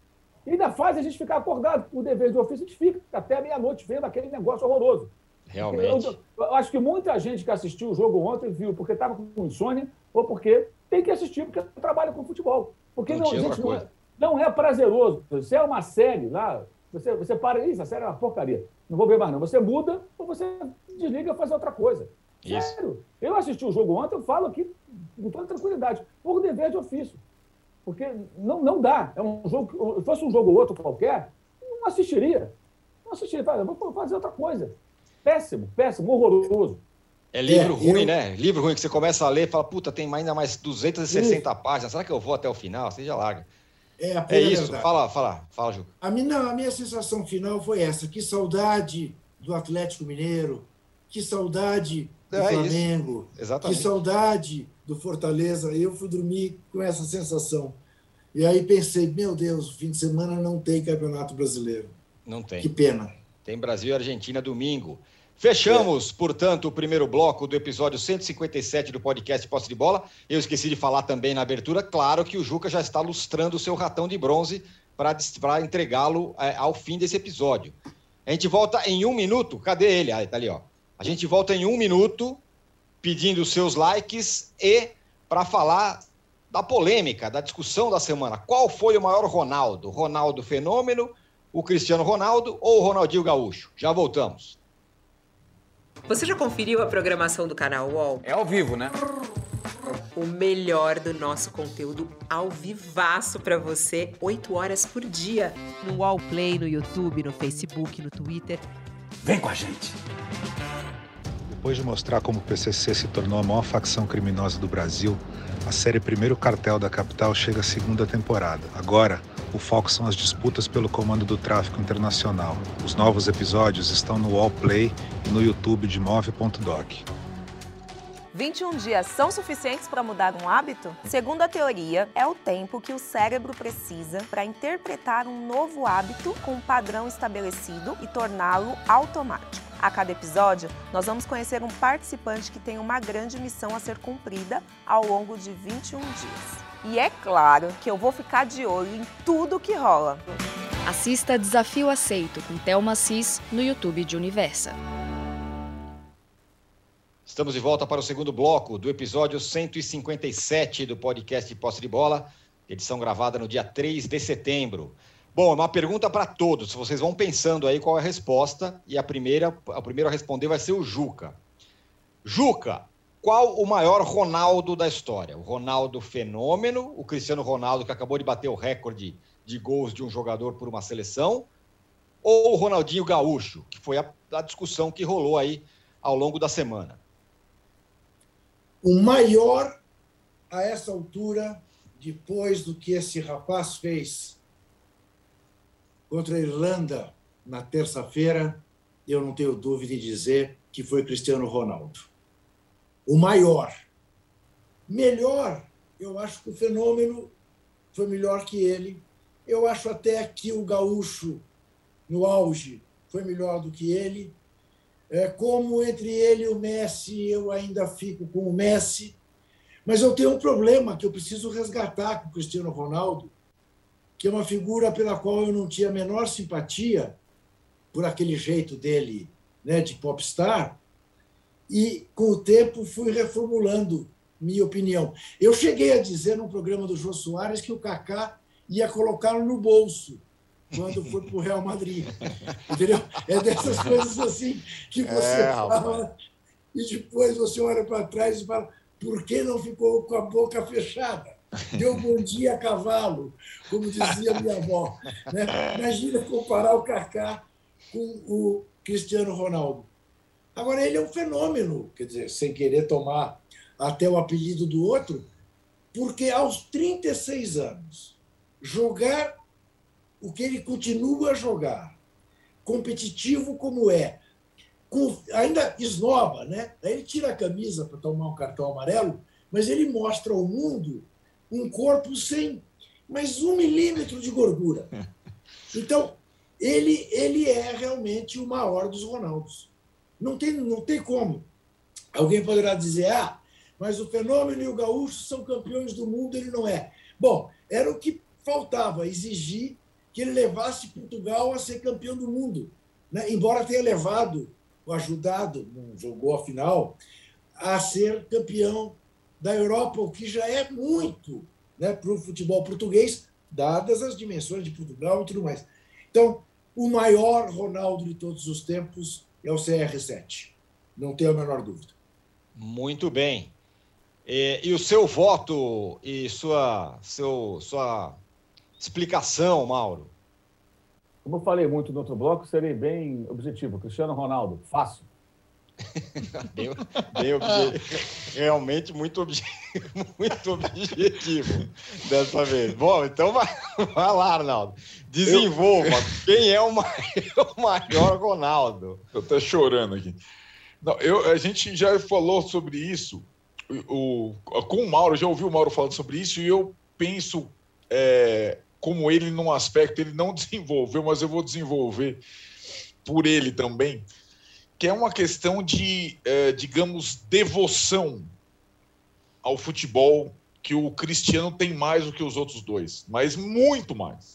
E ainda faz a gente ficar acordado. Por dever de ofício, a gente fica até meia-noite vendo aquele negócio horroroso. Realmente. Eu, eu acho que muita gente que assistiu o jogo ontem viu porque estava com insônia ou porque tem que assistir porque trabalha com futebol. Porque Não não, tinha gente, outra não, é, coisa. não é prazeroso. Se é uma série lá, você, você para, isso, a série é uma porcaria. Não vou ver mais não. Você muda ou você desliga e faz outra coisa. Isso. Sério. Eu assisti o jogo ontem, eu falo aqui com toda tranquilidade, por dever de ofício. Porque não, não dá. É um jogo, se fosse um jogo ou outro qualquer, não assistiria. Não assistiria. Vou fazer outra coisa. Péssimo, péssimo, horroroso. É livro É, ruim, eu- né? Livro ruim que você começa a ler e fala, puta, tem ainda mais duzentas e sessenta páginas. Será que eu vou até o final? Você já larga. É, a É pura isso. verdade. Fala, fala, fala, Juca. A minha, não, a minha sensação final foi essa. Que saudade do Atlético Mineiro, que saudade do É isso. Flamengo, que Exatamente. saudade do Fortaleza. Eu fui dormir com essa sensação. E aí pensei, meu Deus, fim de semana não tem Campeonato Brasileiro. Não tem. Que pena. Tem Brasil e Argentina domingo. Fechamos, portanto, o primeiro bloco do episódio cento e cinquenta e sete do podcast Posse de Bola. Eu esqueci de falar também na abertura, claro que o Juca já está lustrando o seu ratão de bronze para entregá-lo é, ao fim desse episódio. A gente volta em um minuto. Cadê ele? Ah, tá ali, ó. A gente volta em um minuto pedindo os seus likes e para falar da polêmica, da discussão da semana. Qual foi o maior Ronaldo? Ronaldo Fenômeno, o Cristiano Ronaldo ou o Ronaldinho Gaúcho? Já voltamos. Você já conferiu a programação do canal U O L? É ao vivo, né? O melhor do nosso conteúdo ao vivaço pra você, oito horas por dia. No U O L Play, no YouTube, no Facebook, no Twitter. Vem com a gente! Depois de mostrar como o P C C se tornou a maior facção criminosa do Brasil, a série Primeiro Cartel da Capital chega à segunda temporada. Agora, o foco são as disputas pelo comando do tráfico internacional. Os novos episódios estão no U O L Play e no YouTube de move ponto doc. vinte e um dias são suficientes para mudar um hábito? Segundo a teoria, é o tempo que o cérebro precisa para interpretar um novo hábito com um padrão estabelecido e torná-lo automático. A cada episódio, nós vamos conhecer um participante que tem uma grande missão a ser cumprida ao longo de vinte e um dias. E é claro que eu vou ficar de olho em tudo que rola. Assista Desafio Aceito com Thelma Assis no YouTube de Universa. Estamos de volta para o segundo bloco do episódio cento e cinquenta e sete do podcast Posse de Bola, edição gravada no dia três de setembro. Bom, uma pergunta para todos, vocês vão pensando aí qual é a resposta, e a primeira, a primeira a responder vai ser o Juca. Juca, qual o maior Ronaldo da história? O Ronaldo Fenômeno, o Cristiano Ronaldo, que acabou de bater o recorde de gols de um jogador por uma seleção, ou o Ronaldinho Gaúcho, que foi a, a discussão que rolou aí ao longo da semana? O maior, a essa altura, depois do que esse rapaz fez contra a Irlanda na terça-feira, eu não tenho dúvida de dizer que foi Cristiano Ronaldo. O maior. Melhor, eu acho que o Fenômeno foi melhor que ele. Eu acho até que o Gaúcho, no auge, foi melhor do que ele. É, como entre ele e o Messi, eu ainda fico com o Messi. Mas eu tenho um problema que eu preciso resgatar com o Cristiano Ronaldo, que é uma figura pela qual eu não tinha a menor simpatia, por aquele jeito dele, né, de popstar, e, com o tempo, fui reformulando minha opinião. Eu cheguei a dizer, num programa do Jô Soares, que o Kaká ia colocá-lo no bolso, quando foi para o Real Madrid. Entendeu? É dessas coisas assim que você É, fala rapaz. e depois você olha para trás e fala, por que não ficou com a boca fechada? Deu bom dia a cavalo, como dizia minha avó. Né? Imagina comparar o Kaká com o Cristiano Ronaldo. Agora, ele é um fenômeno, quer dizer, sem querer tomar até o apelido do outro, porque aos trinta e seis anos, jogar o que ele continua a jogar, competitivo como é, com, ainda esnoba, né? Aí ele tira a camisa para tomar um cartão amarelo, mas ele mostra ao mundo um corpo sem mais um milímetro de gordura. Então, ele, ele é realmente o maior dos Ronaldos. Não tem, não tem como. Alguém poderá dizer, ah, mas o Fenômeno e o Gaúcho são campeões do mundo, ele não é. Bom, era o que faltava, exigir que ele levasse Portugal a ser campeão do mundo. Né? Embora tenha levado, ajudado, não jogou a final, a ser campeão da Europa, o que já é muito, né, para o futebol português, dadas as dimensões de Portugal e tudo mais. Então, o maior Ronaldo de todos os tempos é o C R sete. Não tenho a menor dúvida. Muito bem. E, e o seu voto e sua, seu, sua explicação, Mauro? Como eu falei muito no outro bloco, serei bem objetivo. Cristiano Ronaldo, fácil. bem, bem obje... Realmente muito, obje... muito objetivo dessa vez. Bom, então vai, vai lá, Arnaldo. Desenvolva. Eu... Quem é o maior, o maior Ronaldo? Eu estou chorando aqui. Não, eu, a gente já falou sobre isso. O, o, com o Mauro, já ouvi o Mauro falando sobre isso e eu penso é, como ele num aspecto, ele não desenvolveu, mas eu vou desenvolver por ele também, que é uma questão de, é, digamos, devoção ao futebol, que o Cristiano tem mais do que os outros dois, mas muito mais.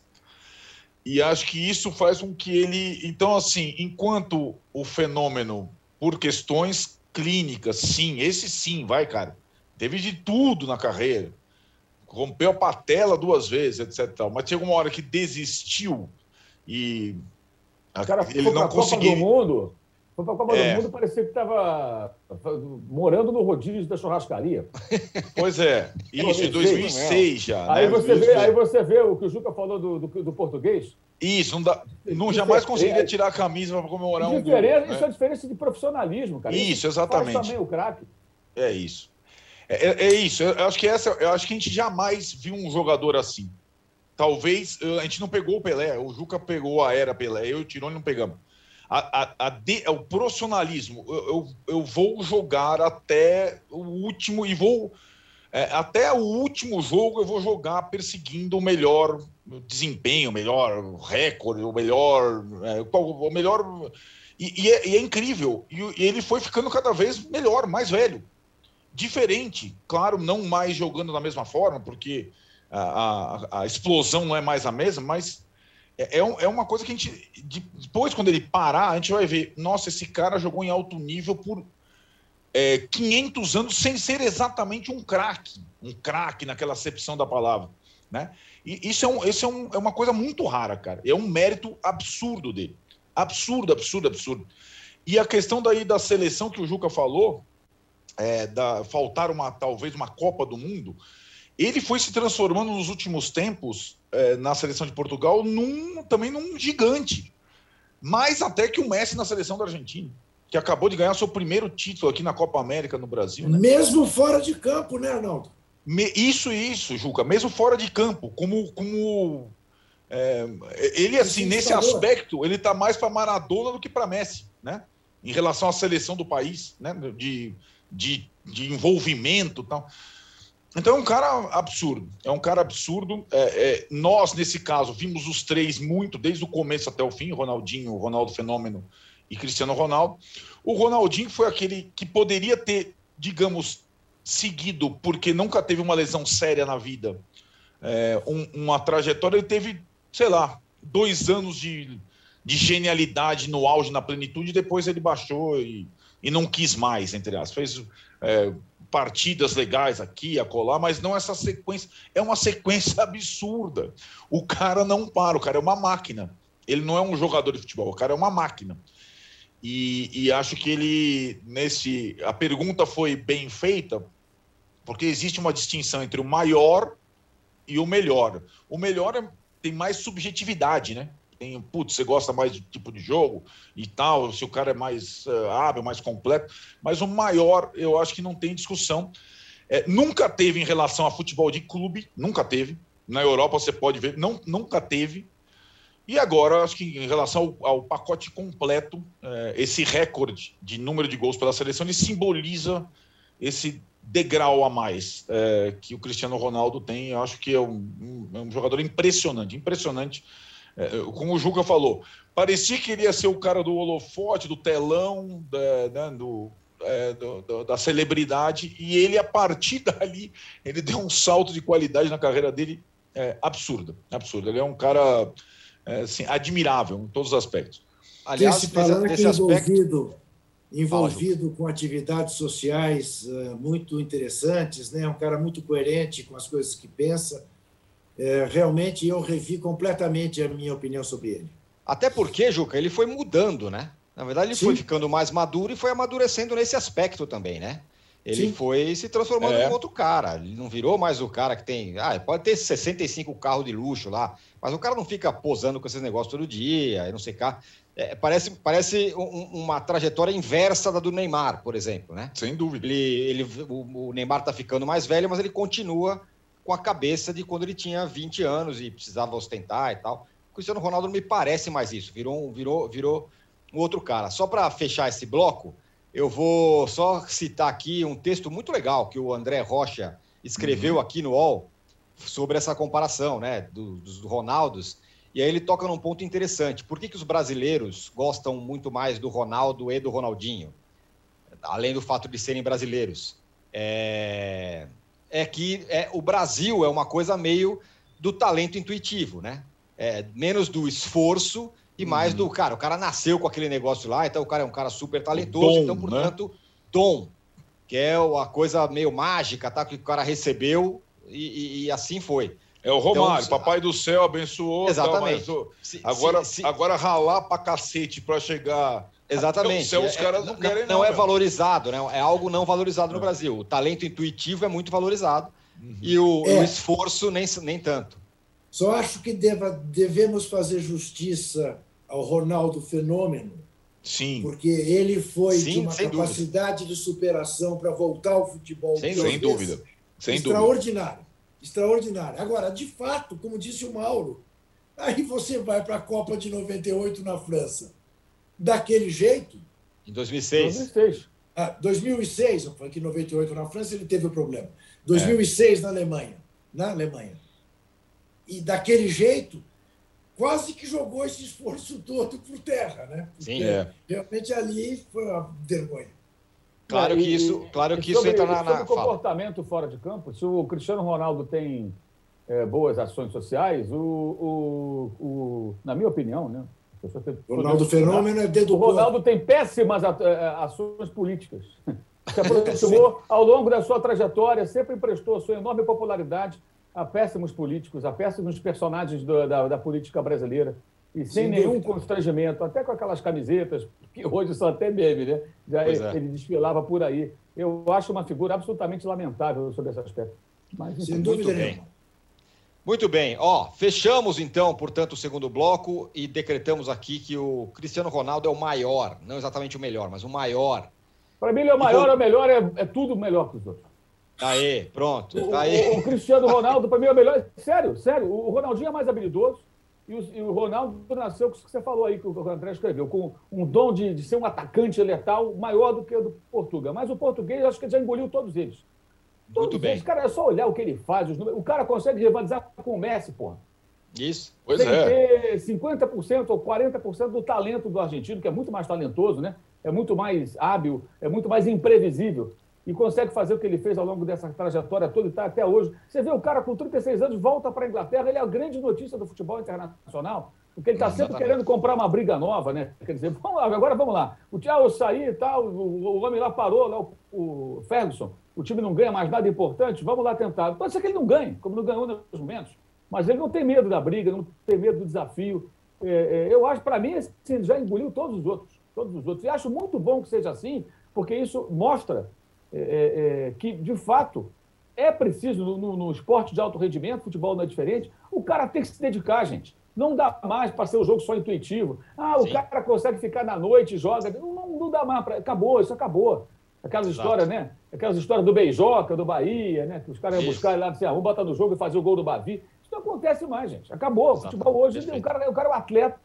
E acho que isso faz com que ele... Então, assim, enquanto o Fenômeno, por questões clínicas, sim, esse sim, vai, cara. Teve de tudo na carreira. Rompeu a patela duas vezes, etcétera. Mas chegou uma hora que desistiu e o cara ele foi não conseguiu. Copa do Mundo, foi para a Copa É. do Mundo, parecia que estava morando no rodízio da churrascaria. Pois é, isso, em dois mil e seis já. Aí, né? você vê, aí você vê o que o Juca falou do, do, do português. Isso, não, dá, não jamais conseguiria tirar a camisa para comemorar um gol. Diferença, né? Isso é a diferença de profissionalismo, cara. Isso, isso exatamente. Faz também o craque. É isso. É, é, é isso. Eu acho que essa, eu acho que a gente jamais viu um jogador assim. Talvez a gente não pegou o Pelé, o Juca pegou a era Pelé, eu e o Tirone não pegamos. A, a, a de, o profissionalismo, eu, eu, eu vou jogar até o último e vou é, até o último jogo eu vou jogar perseguindo o melhor desempenho, o melhor recorde, o melhor, é, o melhor e, e, é, e é incrível. E, e ele foi ficando cada vez melhor, mais velho, diferente, claro, não mais jogando da mesma forma, porque a, a, a explosão não é mais a mesma, mas É, é uma coisa que a gente, depois, quando ele parar, a gente vai ver, nossa, esse cara jogou em alto nível por é, quinhentos anos sem ser exatamente um craque, um craque naquela acepção da palavra, né? E isso, é, um, isso é, um, é uma coisa muito rara, cara. É um mérito absurdo dele. Absurdo, absurdo, absurdo. E a questão daí da seleção que o Juca falou, é, da, faltar uma, talvez uma Copa do Mundo, ele foi se transformando nos últimos tempos, é, na seleção de Portugal, num, também num gigante. Mais até que o Messi na seleção da Argentina, que acabou de ganhar seu primeiro título aqui na Copa América no Brasil. Né? Mesmo fora de campo, né, Arnaldo? Me, isso, isso, Juca. Mesmo fora de campo. Como... como é, ele, assim, nesse aspecto, ele está mais para Maradona do que para Messi, né? Em relação à seleção do país, né? De, de, de envolvimento e tal. Então é um cara absurdo, é um cara absurdo. É, é, nós, nesse caso, vimos os três muito, desde o começo até o fim, Ronaldinho, Ronaldo Fenômeno e Cristiano Ronaldo. O Ronaldinho foi aquele que poderia ter, digamos, seguido, porque nunca teve uma lesão séria na vida, é, um, uma trajetória. Ele teve, sei lá, dois anos de, de genialidade no auge, na plenitude, e depois ele baixou e e não quis mais, entre aspas. Fez é, partidas legais aqui, acolá, mas não essa sequência. É uma sequência absurda. O cara não para, o cara é uma máquina. Ele não é um jogador de futebol, o cara é uma máquina. E, e acho que ele, nesse... A pergunta foi bem feita, porque existe uma distinção entre o maior e o melhor. O melhor é, tem mais subjetividade, né? Tem, putz, você gosta mais de tipo de jogo e tal, se o cara é mais uh, hábil, mais completo. Mas o maior, eu acho que não tem discussão. É, nunca teve em relação a futebol de clube, nunca teve. Na Europa você pode ver, não, nunca teve. E agora, acho que em relação ao, ao pacote completo, é, esse recorde de número de gols pela seleção, ele simboliza esse degrau a mais é, que o Cristiano Ronaldo tem. Eu acho que é um, um, é um jogador impressionante, impressionante. É, como o Juca falou, parecia que ele ia ser o cara do holofote, do telão, da, né, do, é, do, do, da celebridade, e ele, a partir dali, ele deu um salto de qualidade na carreira dele é, absurdo, absurdo. Ele é um cara é, assim, admirável em todos os aspectos. Aliás, Esse falando desse, desse envolvido, aspecto... envolvido com atividades sociais uh, muito interessantes, né? Um cara muito coerente com as coisas que pensa. É, realmente eu revi completamente a minha opinião sobre ele. Até porque, Juca, ele foi mudando, né? Na verdade, ele Sim. foi ficando mais maduro e foi amadurecendo nesse aspecto também, né? Ele Sim. foi se transformando é. em outro cara. Ele não virou mais o cara que tem... Ah, pode ter sessenta e cinco carros de luxo lá, mas o cara não fica posando com esses negócios todo dia, e não sei cá. É, parece parece um, uma trajetória inversa da do Neymar, por exemplo, né? Sem dúvida. Ele, ele, o, o Neymar tá ficando mais velho, mas ele continua com a cabeça de quando ele tinha vinte anos e precisava ostentar e tal. O Cristiano Ronaldo não me parece mais isso, virou, virou, virou um outro cara. Só para fechar esse bloco, eu vou só citar aqui um texto muito legal que o André Rocha escreveu uhum. aqui no U O L sobre essa comparação, né, dos, dos Ronaldos, e aí ele toca num ponto interessante. Por que que os brasileiros gostam muito mais do Ronaldo e do Ronaldinho? Além do fato de serem brasileiros. É... é que é, o Brasil é uma coisa meio do talento intuitivo, né? É, menos do esforço e mais uhum. do... Cara, o cara nasceu com aquele negócio lá, então o cara é um cara super talentoso, dom, então, portanto, né? dom, que é a coisa meio mágica, tá? Que o cara recebeu e, e, e assim foi. É o Romário, então, papai do céu abençoou. Exatamente. Tal, mas, se, agora, se, se... agora ralar pra cacete pra chegar... Exatamente. Céu, os caras não, não querem, não, não é meu. valorizado, né? É algo não valorizado no Brasil. O talento intuitivo é muito valorizado uhum. e o, é. o esforço nem, nem tanto. Só acho que deva, devemos fazer justiça ao Ronaldo Fenômeno. Sim. Porque ele foi Sim, de uma capacidade dúvida. de superação para voltar ao futebol. Sem, sem dúvida. Sem extraordinário. Dúvida. Extraordinário. Agora, de fato, como disse o Mauro, aí você vai para a Copa de noventa e oito na França. Daquele jeito... Em dois mil e seis. dois mil e seis. Ah, dois mil e seis, eu falei que em noventa e oito na França ele teve o problema. dois mil e seis é. na Alemanha. Na Alemanha. E daquele jeito, quase que jogou esse esforço todo por terra, né? Porque Sim, é. realmente ali foi uma vergonha. Claro que isso, claro que isso entra na... Sobre o comportamento fora de campo, se o Cristiano Ronaldo tem é, boas ações sociais, o, o, o, na minha opinião, né? O Ronaldo Fenômeno é dedo. O Ronaldo tem péssimas ações políticas. Se aproximou ao longo da sua trajetória, sempre emprestou sua enorme popularidade a péssimos políticos, a péssimos personagens do, da, da política brasileira. E sem, sem nenhum dúvida. constrangimento, até com aquelas camisetas, que hoje são até meme, né? Já ele, é. ele desfilava por aí. Eu acho uma figura absolutamente lamentável sobre esse aspecto. Mas, sem dúvida nenhuma. Muito bem, ó, fechamos então, portanto, o segundo bloco e decretamos aqui que o Cristiano Ronaldo é o maior, não exatamente o melhor, mas o maior. Para mim ele é o maior, vou... é o melhor, é, é tudo melhor que os outros. Aê, pronto, o, aê. O, o Cristiano Ronaldo, para mim, é o melhor, sério, sério, o Ronaldinho é mais habilidoso e o, e o Ronaldo nasceu com o que você falou aí, que o André escreveu, com um dom de, de ser um atacante letal maior do que o do Portugal, mas o português acho que já engoliu todos eles. Todos Muito bem. Eles, cara, é só olhar o que ele faz. Os números. O cara consegue rivalizar com o Messi, porra. Isso. Pois Tem é. que ter cinquenta por cento ou quarenta por cento do talento do argentino, que é muito mais talentoso, né? É muito mais hábil, é muito mais imprevisível. E consegue fazer o que ele fez ao longo dessa trajetória toda e está até hoje. Você vê o cara com trinta e seis anos, volta para a Inglaterra, ele é a grande notícia do futebol internacional. Porque ele está sempre querendo comprar uma briga nova, né? Quer dizer, vamos lá, agora vamos lá. O Thiago saiu e tal, o, o homem lá parou, lá, o, o Ferguson, o time não ganha mais nada importante, vamos lá tentar. Pode ser que ele não ganhe, como não ganhou nos momentos, mas ele não tem medo da briga, não tem medo do desafio. É, é, eu acho, para mim, assim, ele já engoliu todos os outros, todos os outros. E acho muito bom que seja assim, porque isso mostra é, é, que, de fato, é preciso, no, no, no esporte de alto rendimento, futebol não é diferente, o cara tem que se dedicar, gente. Não dá mais para ser um jogo só intuitivo. Ah, o Sim. cara consegue ficar na noite e joga. Não, não, não dá mais. Pra... Acabou, isso acabou. Aquelas Exato. histórias, né? Aquelas histórias do Beijoca, do Bahia, né? Que os caras iam buscar lá, assim, ah, vamos botar no jogo e fazer o gol do Bavi. Isso não acontece mais, gente. Acabou. O futebol hoje, o cara, o cara é um atleta,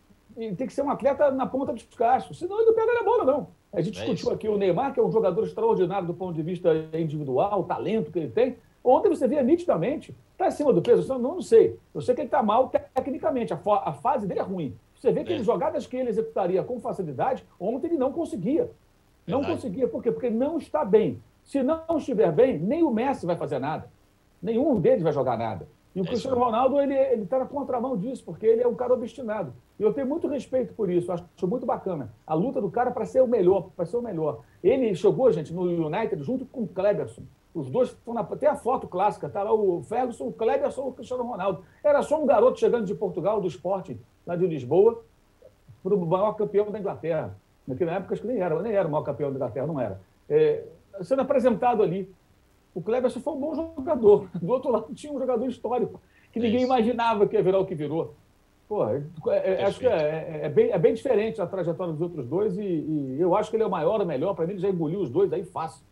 e tem que ser um atleta na ponta dos cascos. Senão ele não pega na bola, não. A gente é discutiu isso. aqui o Neymar, que é um jogador extraordinário do ponto de vista individual, o talento que ele tem. Ontem você via nitidamente, está acima do peso, eu não, não sei. Eu sei que ele está mal tecnicamente, a, a fase dele é ruim. Você vê que é. as jogadas que ele executaria com facilidade, ontem ele não conseguia. Não Verdade. conseguia, por quê? Porque não está bem. Se não estiver bem, nem o Messi vai fazer nada. Nenhum deles vai jogar nada. E o é Cristiano isso. Ronaldo, ele está na contramão disso, porque ele é um cara obstinado. E eu tenho muito respeito por isso, acho muito bacana. A luta do cara para ser o melhor, para ser o melhor. Ele chegou, gente, no United junto com o Kleberson. Os dois estão na... Tem a foto clássica, tá lá o Ferguson, o Kleberson e o Cristiano Ronaldo. Era só um garoto chegando de Portugal, do Sporting, lá de Lisboa, para o maior campeão da Inglaterra. Naquela época, acho que nem era, nem era o maior campeão da Inglaterra, não era. É, sendo apresentado ali. O Kleberson foi um bom jogador. Do outro lado tinha um jogador histórico, que ninguém é imaginava que ia virar o que virou. Pô, é, é, acho que é, é, bem, é bem diferente a trajetória dos outros dois e, e eu acho que ele é o maior, o melhor. Para mim, ele já engoliu os dois aí fácil.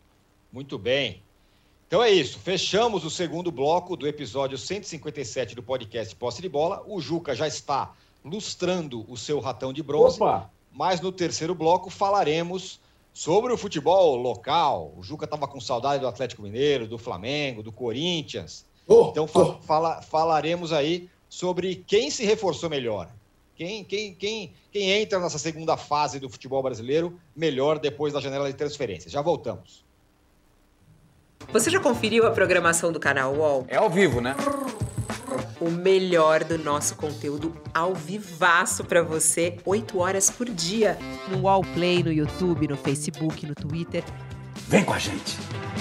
Muito bem. Então é isso. Fechamos o segundo bloco do episódio cento e cinquenta e sete do podcast Posse de Bola. O Juca já está lustrando o seu ratão de bronze. Opa! Mas no terceiro bloco falaremos sobre o futebol local. O Juca estava com saudade do Atlético Mineiro, do Flamengo, do Corinthians. Oh, então fa- oh. Fala, falaremos aí sobre quem se reforçou melhor. Quem, quem, quem, quem entra nessa segunda fase do futebol brasileiro melhor depois da janela de transferência. Já voltamos. Você já conferiu a programação do canal U O L? É ao vivo, né? O melhor do nosso conteúdo ao vivaço para você, oito horas por dia. No U O L Play, no YouTube, no Facebook, no Twitter. Vem com a gente!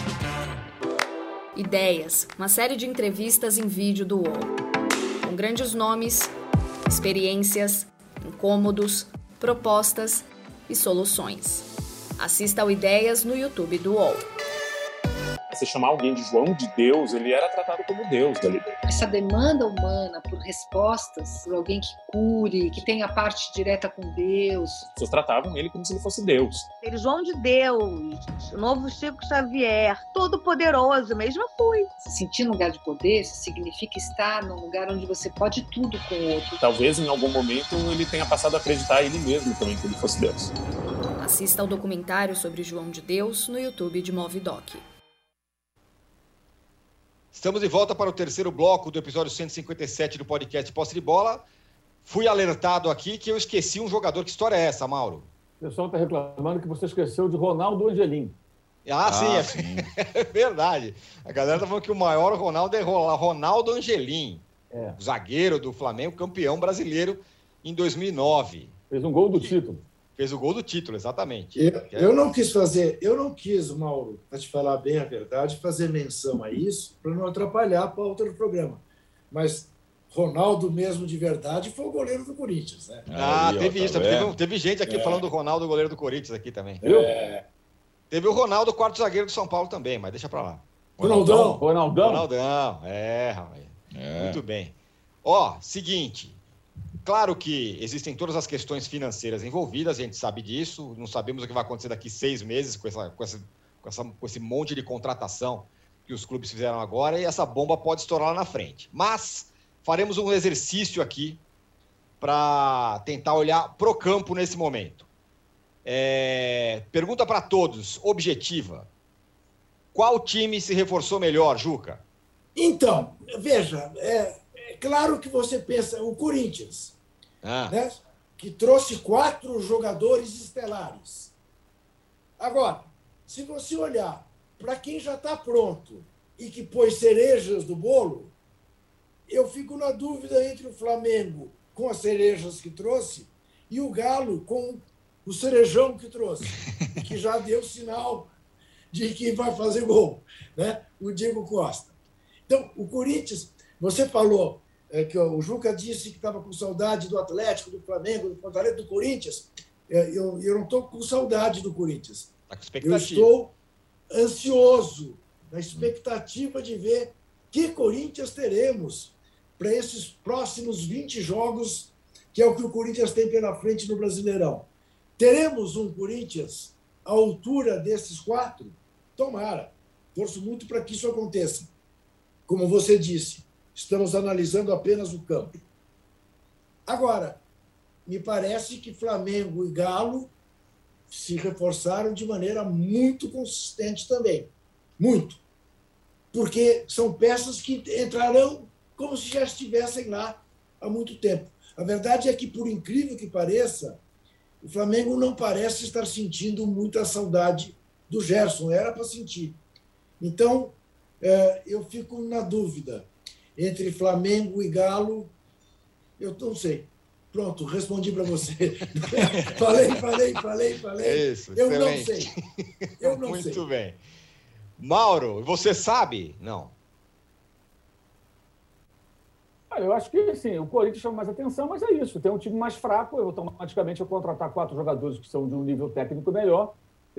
Ideias, uma série de entrevistas em vídeo do U O L. Com grandes nomes, experiências, incômodos, propostas e soluções. Assista ao Ideias no YouTube do U O L. Você chamar alguém de João de Deus, ele era tratado como Deus dali. Essa demanda humana por respostas, por alguém que cure, que tenha parte direta com Deus. As pessoas tratavam ele como se ele fosse Deus. Ele João de Deus, o novo Chico Xavier, todo poderoso, mesmo eu fui. Se sentir no lugar de poder significa estar num lugar onde você pode tudo com o outro. Talvez em algum momento ele tenha passado a acreditar ele mesmo também que ele fosse Deus. Assista ao documentário sobre João de Deus no YouTube de Movidoc. Estamos de volta para o terceiro bloco do episódio cento e cinquenta e sete do podcast Posse de Bola. Fui alertado aqui que eu esqueci um jogador. Que história é essa, Mauro? O pessoal está reclamando que você esqueceu de Ronaldo Angelim. Ah, ah sim, é, sim. É verdade. A galera está falando que o maior Ronaldo é Ronaldo Angelim, é. O zagueiro do Flamengo, campeão brasileiro em dois mil e nove. Fez um gol do título. Fez o gol do título, exatamente. Eu, eu não quis fazer, eu não quis, Mauro, para te falar bem a verdade, fazer menção a isso para não atrapalhar a pauta do programa. Mas Ronaldo mesmo de verdade foi o goleiro do Corinthians, né? Ah, Aí, teve ó, isso. Tá teve, teve gente aqui é. falando do Ronaldo, goleiro do Corinthians aqui também. É. Teve o Ronaldo, quarto zagueiro do São Paulo também, mas deixa para lá. Ronaldão. Ronaldão. Ronaldão, é, rapaz. É. Muito bem. Ó, seguinte... Claro que existem todas as questões financeiras envolvidas, a gente sabe disso, não sabemos o que vai acontecer daqui seis meses com, essa, com, essa, com, essa, com esse monte de contratação que os clubes fizeram agora e essa bomba pode estourar lá na frente. Mas faremos um exercício aqui para tentar olhar pro campo nesse momento. É, pergunta para todos, objetiva. Qual time se reforçou melhor, Juca? Então, veja, é, é claro que você pensa, o Corinthians... Ah. Né? Que trouxe quatro jogadores estelares. Agora, se você olhar para quem já está pronto e que pôs cerejas do bolo, eu fico na dúvida entre o Flamengo com as cerejas que trouxe e o Galo com o cerejão que trouxe, que já deu sinal de que vai fazer gol, né? O Diego Costa. Então, o Corinthians, você falou é, que o Juca disse que estava com saudade do Atlético, do Flamengo, do Fortaleza, do Corinthians. É, eu, eu não estou com saudade do Corinthians. Tá com expectativa. Eu estou ansioso, na expectativa de ver que Corinthians teremos para esses próximos vinte jogos, que é o que o Corinthians tem pela frente no Brasileirão. Teremos um Corinthians à altura desses quatro? Tomara. Torço muito para que isso aconteça. Como você disse, estamos analisando apenas o campo. Agora, me parece que Flamengo e Galo se reforçaram de maneira muito consistente também. Muito. Porque são peças que entrarão como se já estivessem lá há muito tempo. A verdade é que, por incrível que pareça, o Flamengo não parece estar sentindo muita saudade do Gerson. Era para sentir. Então, é, eu fico na dúvida entre Flamengo e Galo. Eu não sei. Pronto, respondi para você. falei, falei, falei, falei. É isso, eu excelente. não sei. Eu não Muito sei. Muito bem. Mauro, você sabe? Não. Eu acho que sim, o Corinthians chama mais atenção, mas é isso. Tem um time mais fraco, eu automaticamente eu contratar quatro jogadores que são de um nível técnico melhor.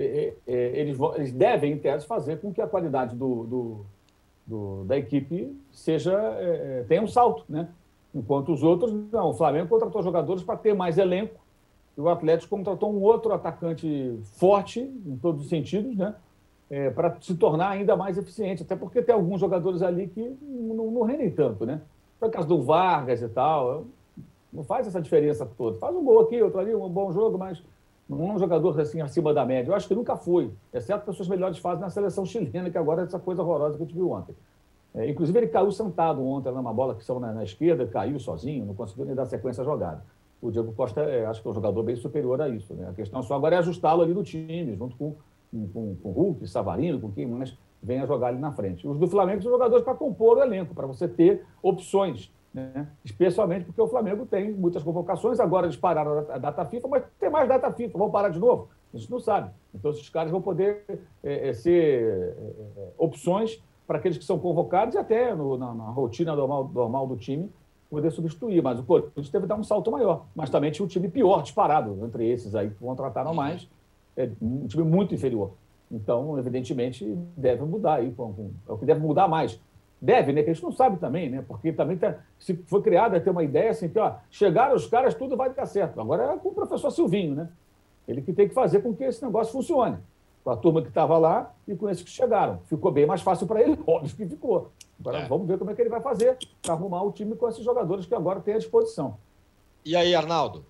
Eles, eles devem, em tese, fazer com que a qualidade do, do, do, da equipe seja, é, tenha um salto, né? Enquanto os outros, não. O Flamengo contratou jogadores para ter mais elenco, e o Atlético contratou um outro atacante forte, em todos os sentidos, né? É, para se tornar ainda mais eficiente, até porque tem alguns jogadores ali que não, não rendem tanto, né? Por causa do Vargas e tal, não faz essa diferença toda. Faz um gol aqui, outro ali, um bom jogo, mas não é um jogador assim acima da média. Eu acho que nunca foi, exceto que as suas melhores fases na seleção chilena, que agora é essa coisa horrorosa que a gente viu ontem. É, inclusive, ele caiu sentado ontem numa bola que saiu na, na esquerda, caiu sozinho, não conseguiu nem dar sequência à jogada. O Diego Costa, é, acho que é um jogador bem superior a isso, né? A questão só agora é ajustá-lo ali no time, junto com, com, com o Hulk, Savarino, com quem mais vem a jogar ali na frente. Os do Flamengo são jogadores para compor o elenco, para você ter opções, né? Especialmente porque o Flamengo tem muitas convocações, agora eles pararam a data FIFA, mas tem mais data FIFA, vão parar de novo? A gente não sabe. Então, esses caras vão poder é, é, ser é, opções para aqueles que são convocados e até no, na, na rotina normal, normal do time poder substituir. Mas o Corinthians teve que dar um salto maior. Mas também tinha um time pior, disparado, entre esses aí que contrataram mais, é um time muito inferior. Então, evidentemente, deve mudar aí. É o que deve mudar mais. Deve, né? Que a gente não sabe também, né? Porque também tá, se foi criada ter uma ideia assim, que ó, chegaram os caras, tudo vai dar certo. Agora é com o professor Silvinho, né? Ele que tem que fazer com que esse negócio funcione. Com a turma que estava lá e com esses que chegaram. Ficou bem mais fácil para ele, óbvio que ficou. Agora é. Vamos ver como é que ele vai fazer para arrumar o time com esses jogadores que agora tem à disposição. E aí, Arnaldo?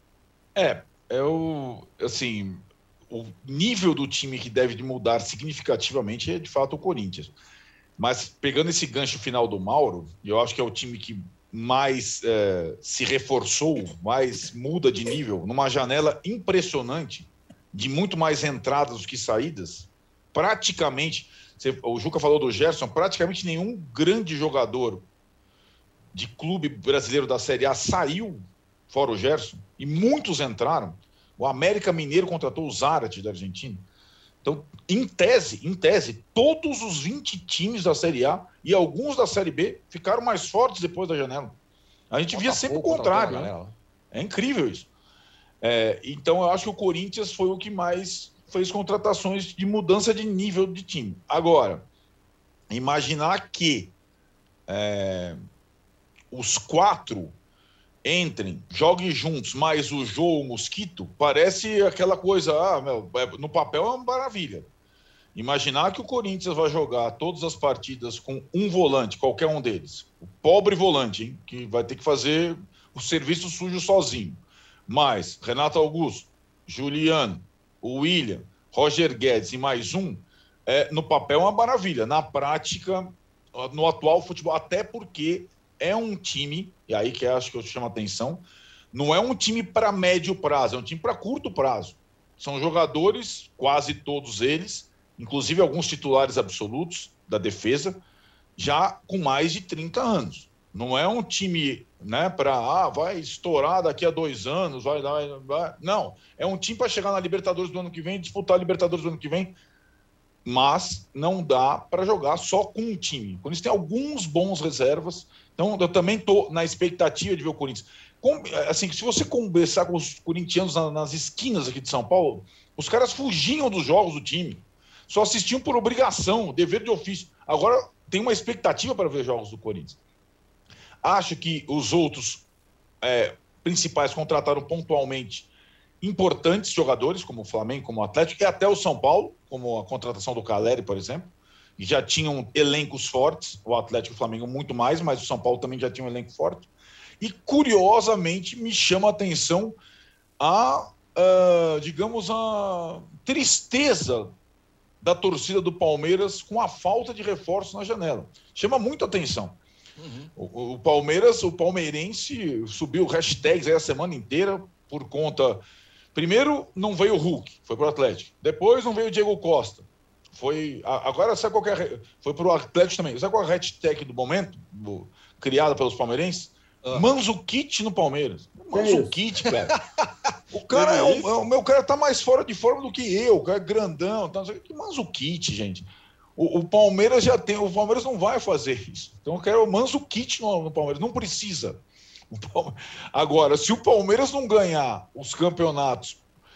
É, eu, assim, o nível do time que deve mudar significativamente é, de fato, o Corinthians. Mas, pegando esse gancho final do Mauro, eu acho que é o time que mais é, se reforçou, mais muda de nível, numa janela impressionante, de muito mais entradas do que saídas. Praticamente, você, o Juca falou do Gerson, praticamente nenhum grande jogador de clube brasileiro da Série A saiu, fora o Gerson, e muitos entraram. O América Mineiro contratou o Zárate da Argentina. Então, em tese, em tese, todos os vinte times da Série A e alguns da Série B ficaram mais fortes depois da janela. A gente via sempre o contrário, né? É incrível isso. É, então, eu acho que o Corinthians foi o que mais fez contratações de mudança de nível de time. Agora, imaginar que é, os quatro entrem, joguem juntos, mais o Jô, o Mosquito, parece aquela coisa, ah, meu, no papel é uma maravilha. Imaginar que o Corinthians vai jogar todas as partidas com um volante, qualquer um deles, o pobre volante, hein, que vai ter que fazer o serviço sujo sozinho, mas Renato Augusto, Juliano, o William, Roger Guedes e mais um, é, no papel é uma maravilha, na prática, no atual futebol, até porque é um time, e aí que acho que eu chamo a atenção, não é um time para médio prazo, é um time para curto prazo. São jogadores, quase todos eles, inclusive alguns titulares absolutos da defesa, já com mais de trinta anos. Não é um time, né, para ah, vai estourar daqui a dois anos, vai dar. Vai... Não, é um time para chegar na Libertadores do ano que vem, disputar a Libertadores do ano que vem, mas não dá para jogar só com um time. O Corinthians tem alguns bons reservas, então eu também estou na expectativa de ver o Corinthians. Com, assim, se você conversar com os corintianos na, nas esquinas aqui de São Paulo, os caras fugiam dos jogos do time, só assistiam por obrigação, dever de ofício. Agora tem uma expectativa para ver jogos do Corinthians. Acho que os outros é, principais contrataram pontualmente importantes jogadores, como o Flamengo, como o Atlético, e até o São Paulo, como a contratação do Caleri, por exemplo, e já tinham elencos fortes, o Atlético e o Flamengo muito mais, mas o São Paulo também já tinha um elenco forte. E, curiosamente, me chama a atenção a, uh, digamos, a tristeza da torcida do Palmeiras com a falta de reforço na janela. Chama muito atenção. Uhum. O, o Palmeiras, o palmeirense subiu hashtags aí a semana inteira por conta... Primeiro, não veio o Hulk, foi para o Atlético. Depois, não veio o Diego Costa. Foi, agora, sabe qual que é, foi para o Atlético também. Sabe qual é a hashtag do momento, do, criada pelos palmeirenses? Uhum. Manzukite no Palmeiras. Manzukite, cara. O cara é, é o, o meu cara tá mais fora de forma do que eu, o cara é grandão. Tá, que Manzukite, gente. O, o Palmeiras já tem, o Palmeiras não vai fazer isso. Então eu quero o Manzukite no, no Palmeiras, não precisa. Agora, se o Palmeiras não ganhar os campeonatos,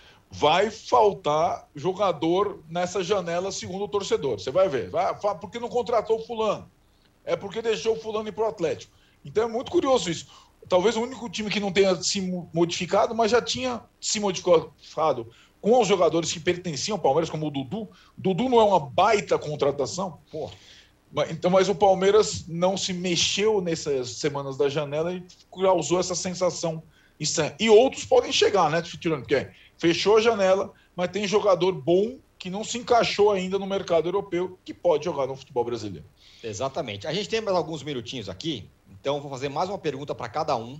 vai faltar jogador nessa janela, segundo o torcedor. Você vai ver. Vai, porque não contratou o fulano. É porque deixou o fulano ir pro Atlético. Então é muito curioso isso. Talvez o único time que não tenha se modificado, mas já tinha se modificado com os jogadores que pertenciam ao Palmeiras, como o Dudu. Dudu não é uma baita contratação? Porra. Então, mas o Palmeiras não se mexeu nessas semanas da janela e causou essa sensação estranha. E outros podem chegar, né, tirando porque fechou a janela, mas tem jogador bom que não se encaixou ainda no mercado europeu, que pode jogar no futebol brasileiro. Exatamente. A gente tem mais alguns minutinhos aqui, então vou fazer mais uma pergunta para cada um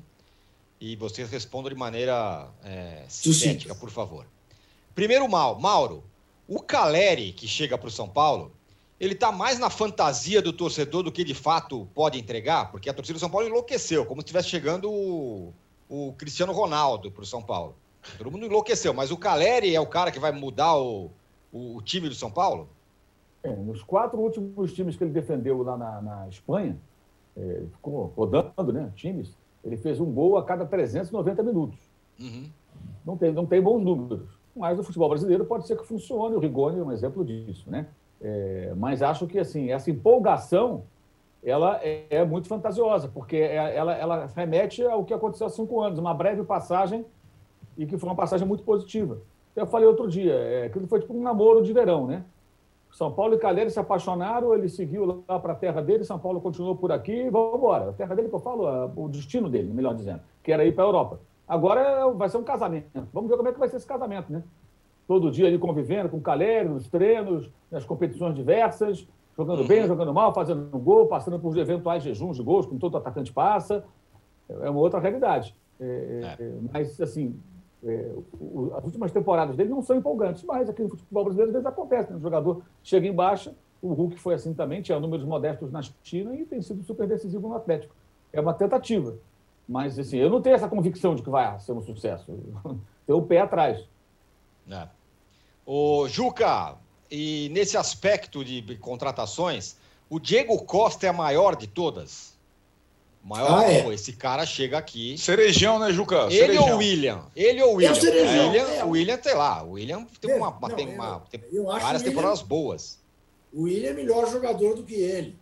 e vocês respondam de maneira é, sintética, por favor. Primeiro, Mal, Mauro, o Caleri que chega para o São Paulo, ele está mais na fantasia do torcedor do que de fato pode entregar? Porque a torcida do São Paulo enlouqueceu, como se estivesse chegando o, o Cristiano Ronaldo para o São Paulo. Todo mundo enlouqueceu, mas o Caleri é o cara que vai mudar o, o, o time do São Paulo? É, nos quatro últimos times que ele defendeu lá na, na Espanha, é, ficou rodando, né, times, ele fez um gol a cada trezentos e noventa minutos. Uhum. Não tem, não tem bons números. Mas o futebol brasileiro pode ser que funcione, o Rigoni é um exemplo disso, né? É, mas acho que assim, essa empolgação ela é, é muito fantasiosa, porque é, ela, ela remete ao que aconteceu há cinco anos, uma breve passagem e que foi uma passagem muito positiva. Eu falei outro dia, é, aquilo foi tipo um namoro de verão, né? São Paulo e Caleri se apaixonaram, ele seguiu lá para a terra dele, São Paulo continuou por aqui, vamos embora. A terra dele que eu falo, o destino dele, melhor dizendo, que era ir para a Europa. Agora vai ser um casamento. Vamos ver como é que vai ser esse casamento, né? Todo dia ali convivendo com o Caleri, nos treinos, nas competições diversas, jogando uhum. bem, jogando mal, fazendo um gol, passando por eventuais jejuns de gols, como todo atacante passa. É uma outra realidade. É, é. Mas, assim, é, o, as últimas temporadas dele não são empolgantes, mas aqui no futebol brasileiro às vezes acontece, né? O jogador chega em baixa, o Hulk foi assim também, tinha números modestos na China e tem sido super decisivo no Atlético. É uma tentativa. Mas, assim, eu não tenho essa convicção de que vai ser um sucesso. Tenho o pé atrás. É. Ô, Juca, e nesse aspecto de contratações, o Diego Costa é a maior de todas? Maior, ah, é. Esse cara chega aqui... Cerejão, né, Juca? Ele Cerejão. ou o William? Ele ou o William? É o Cerejão. William, é. O William, sei lá, o William tem, uma, não, tem, uma, tem eu acho várias William, temporadas boas. O William é melhor jogador do que ele,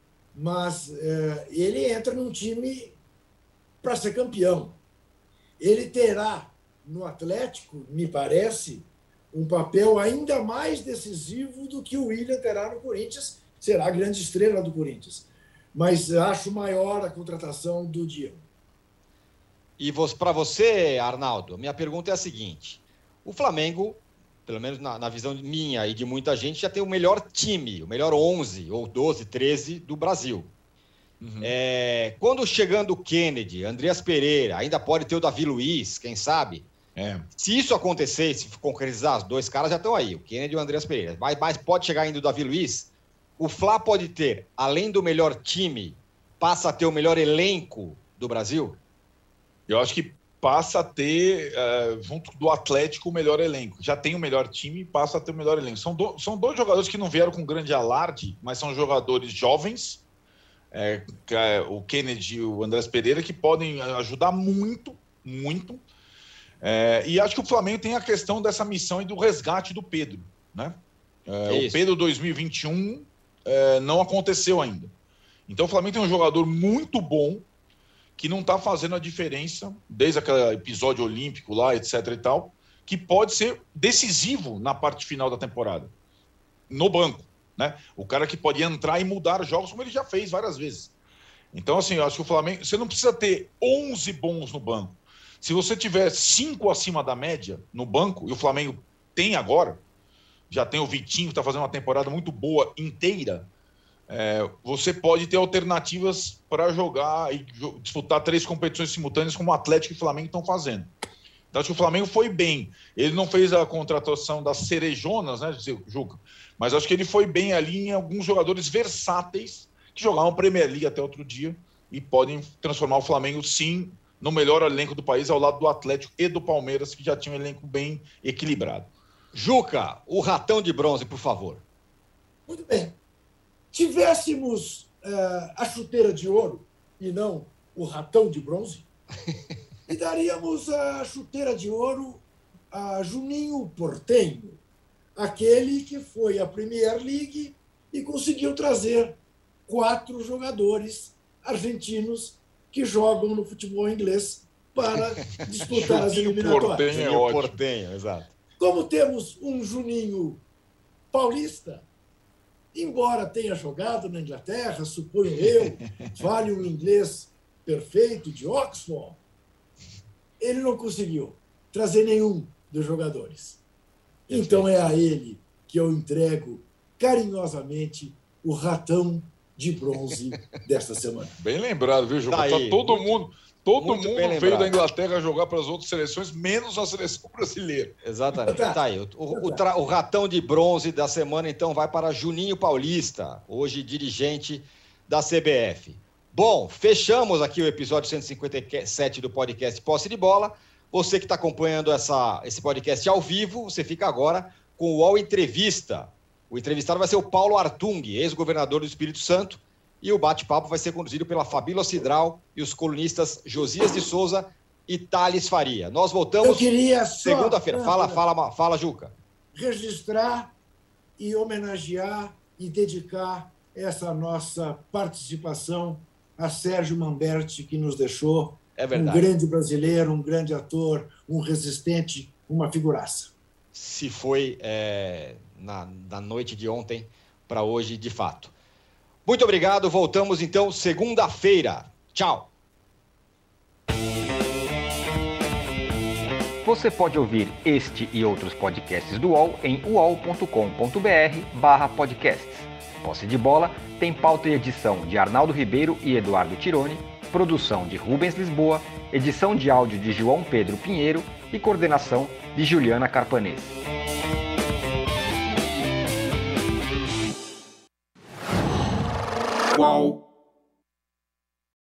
mas é, ele entra num time para ser campeão. Ele terá no Atlético, me parece, um papel ainda mais decisivo do que o William terá no Corinthians. Será a grande estrela do Corinthians. Mas acho maior a contratação do Diego. E para você, Arnaldo, minha pergunta é a seguinte. O Flamengo, pelo menos na, na visão minha e de muita gente, já tem o melhor time, o melhor onze, ou doze, treze do Brasil. Uhum. É, quando chegando o Kennedy, Andreas Pereira, ainda pode ter o Davi Luiz, quem sabe? É. Se isso acontecer, se concretizar, os dois caras já estão aí, o Kennedy e o Andreas Pereira. Mas, mas pode chegar ainda o Davi Luiz. O Fla pode ter, além do melhor time, passa a ter o melhor elenco do Brasil? Eu acho que passa a ter, uh, junto do Atlético, o melhor elenco. Já tem o melhor time, passa a ter o melhor elenco. São, do, são dois jogadores que não vieram com grande alarde, mas são jogadores jovens, é, é, o Kennedy e o Andrés Pereira, que podem ajudar muito, muito. É, e acho que o Flamengo tem a questão dessa missão e do resgate do Pedro, né? É, o Pedro dois mil e vinte e um é, não aconteceu ainda. Então o Flamengo tem um jogador muito bom, que não está fazendo a diferença, desde aquele episódio olímpico lá, etc e tal, que pode ser decisivo na parte final da temporada, no banco, né? O cara que pode entrar e mudar jogos, como ele já fez várias vezes. Então, assim, eu acho que o Flamengo... Você não precisa ter onze bons no banco. Se você tiver cinco acima da média no banco, e o Flamengo tem agora, já tem o Vitinho, que está fazendo uma temporada muito boa inteira, É, você pode ter alternativas para jogar e disputar três competições simultâneas como o Atlético e o Flamengo estão fazendo. Então, acho que o Flamengo foi bem. Ele não fez a contratação das cerejonas, né, Juca? Mas acho que ele foi bem ali em alguns jogadores versáteis que jogavam Premier League até outro dia e podem transformar o Flamengo, sim, no melhor elenco do país, ao lado do Atlético e do Palmeiras, que já tinha um elenco bem equilibrado. Juca, o ratão de bronze, por favor. Muito bem. Tivéssemos uh, a chuteira de ouro e não o ratão de bronze, e daríamos a chuteira de ouro a Juninho Porteño, aquele que foi à Premier League e conseguiu trazer quatro jogadores argentinos que jogam no futebol inglês para disputar as eliminatórias. Juninho Porteño, é Porteño, exato. Como temos um Juninho paulista, embora tenha jogado na Inglaterra, suponho eu, vale um inglês perfeito de Oxford, ele não conseguiu trazer nenhum dos jogadores. Então é a ele que eu entrego carinhosamente o ratão de bronze desta semana. Bem lembrado, viu, Juca? Tá, tá todo muito, mundo, todo mundo veio da Inglaterra jogar para as outras seleções, menos a seleção brasileira. Exatamente. Tá, tá aí. O, o, tra... o ratão de bronze da semana, então, vai para Juninho Paulista, hoje dirigente da C B F. Bom, fechamos aqui o episódio cento e cinquenta e sete do podcast Posse de Bola. Você que está acompanhando essa, esse podcast ao vivo, você fica agora com o U O L Entrevista. O entrevistado vai ser o Paulo Artung, ex-governador do Espírito Santo, e o bate-papo vai ser conduzido pela Fabíola Cidral e os colunistas Josias de Souza e Thales Faria. Nós voltamos segunda-feira. Fala, fala, fala, Juca. Registrar e homenagear e dedicar essa nossa participação a Sérgio Manberti, que nos deixou é um grande brasileiro, um grande ator, um resistente, uma figuraça. Se foi é, na, na noite de ontem para hoje, de fato. Muito obrigado. Voltamos, então, segunda-feira. Tchau. Você pode ouvir este e outros podcasts do U O L em uol ponto com ponto br barra podcasts. Posse de Bola tem pauta e edição de Arnaldo Ribeiro e Eduardo Tironi, produção de Rubens Lisboa, edição de áudio de João Pedro Pinheiro e coordenação de Juliana Carpanês. Uau.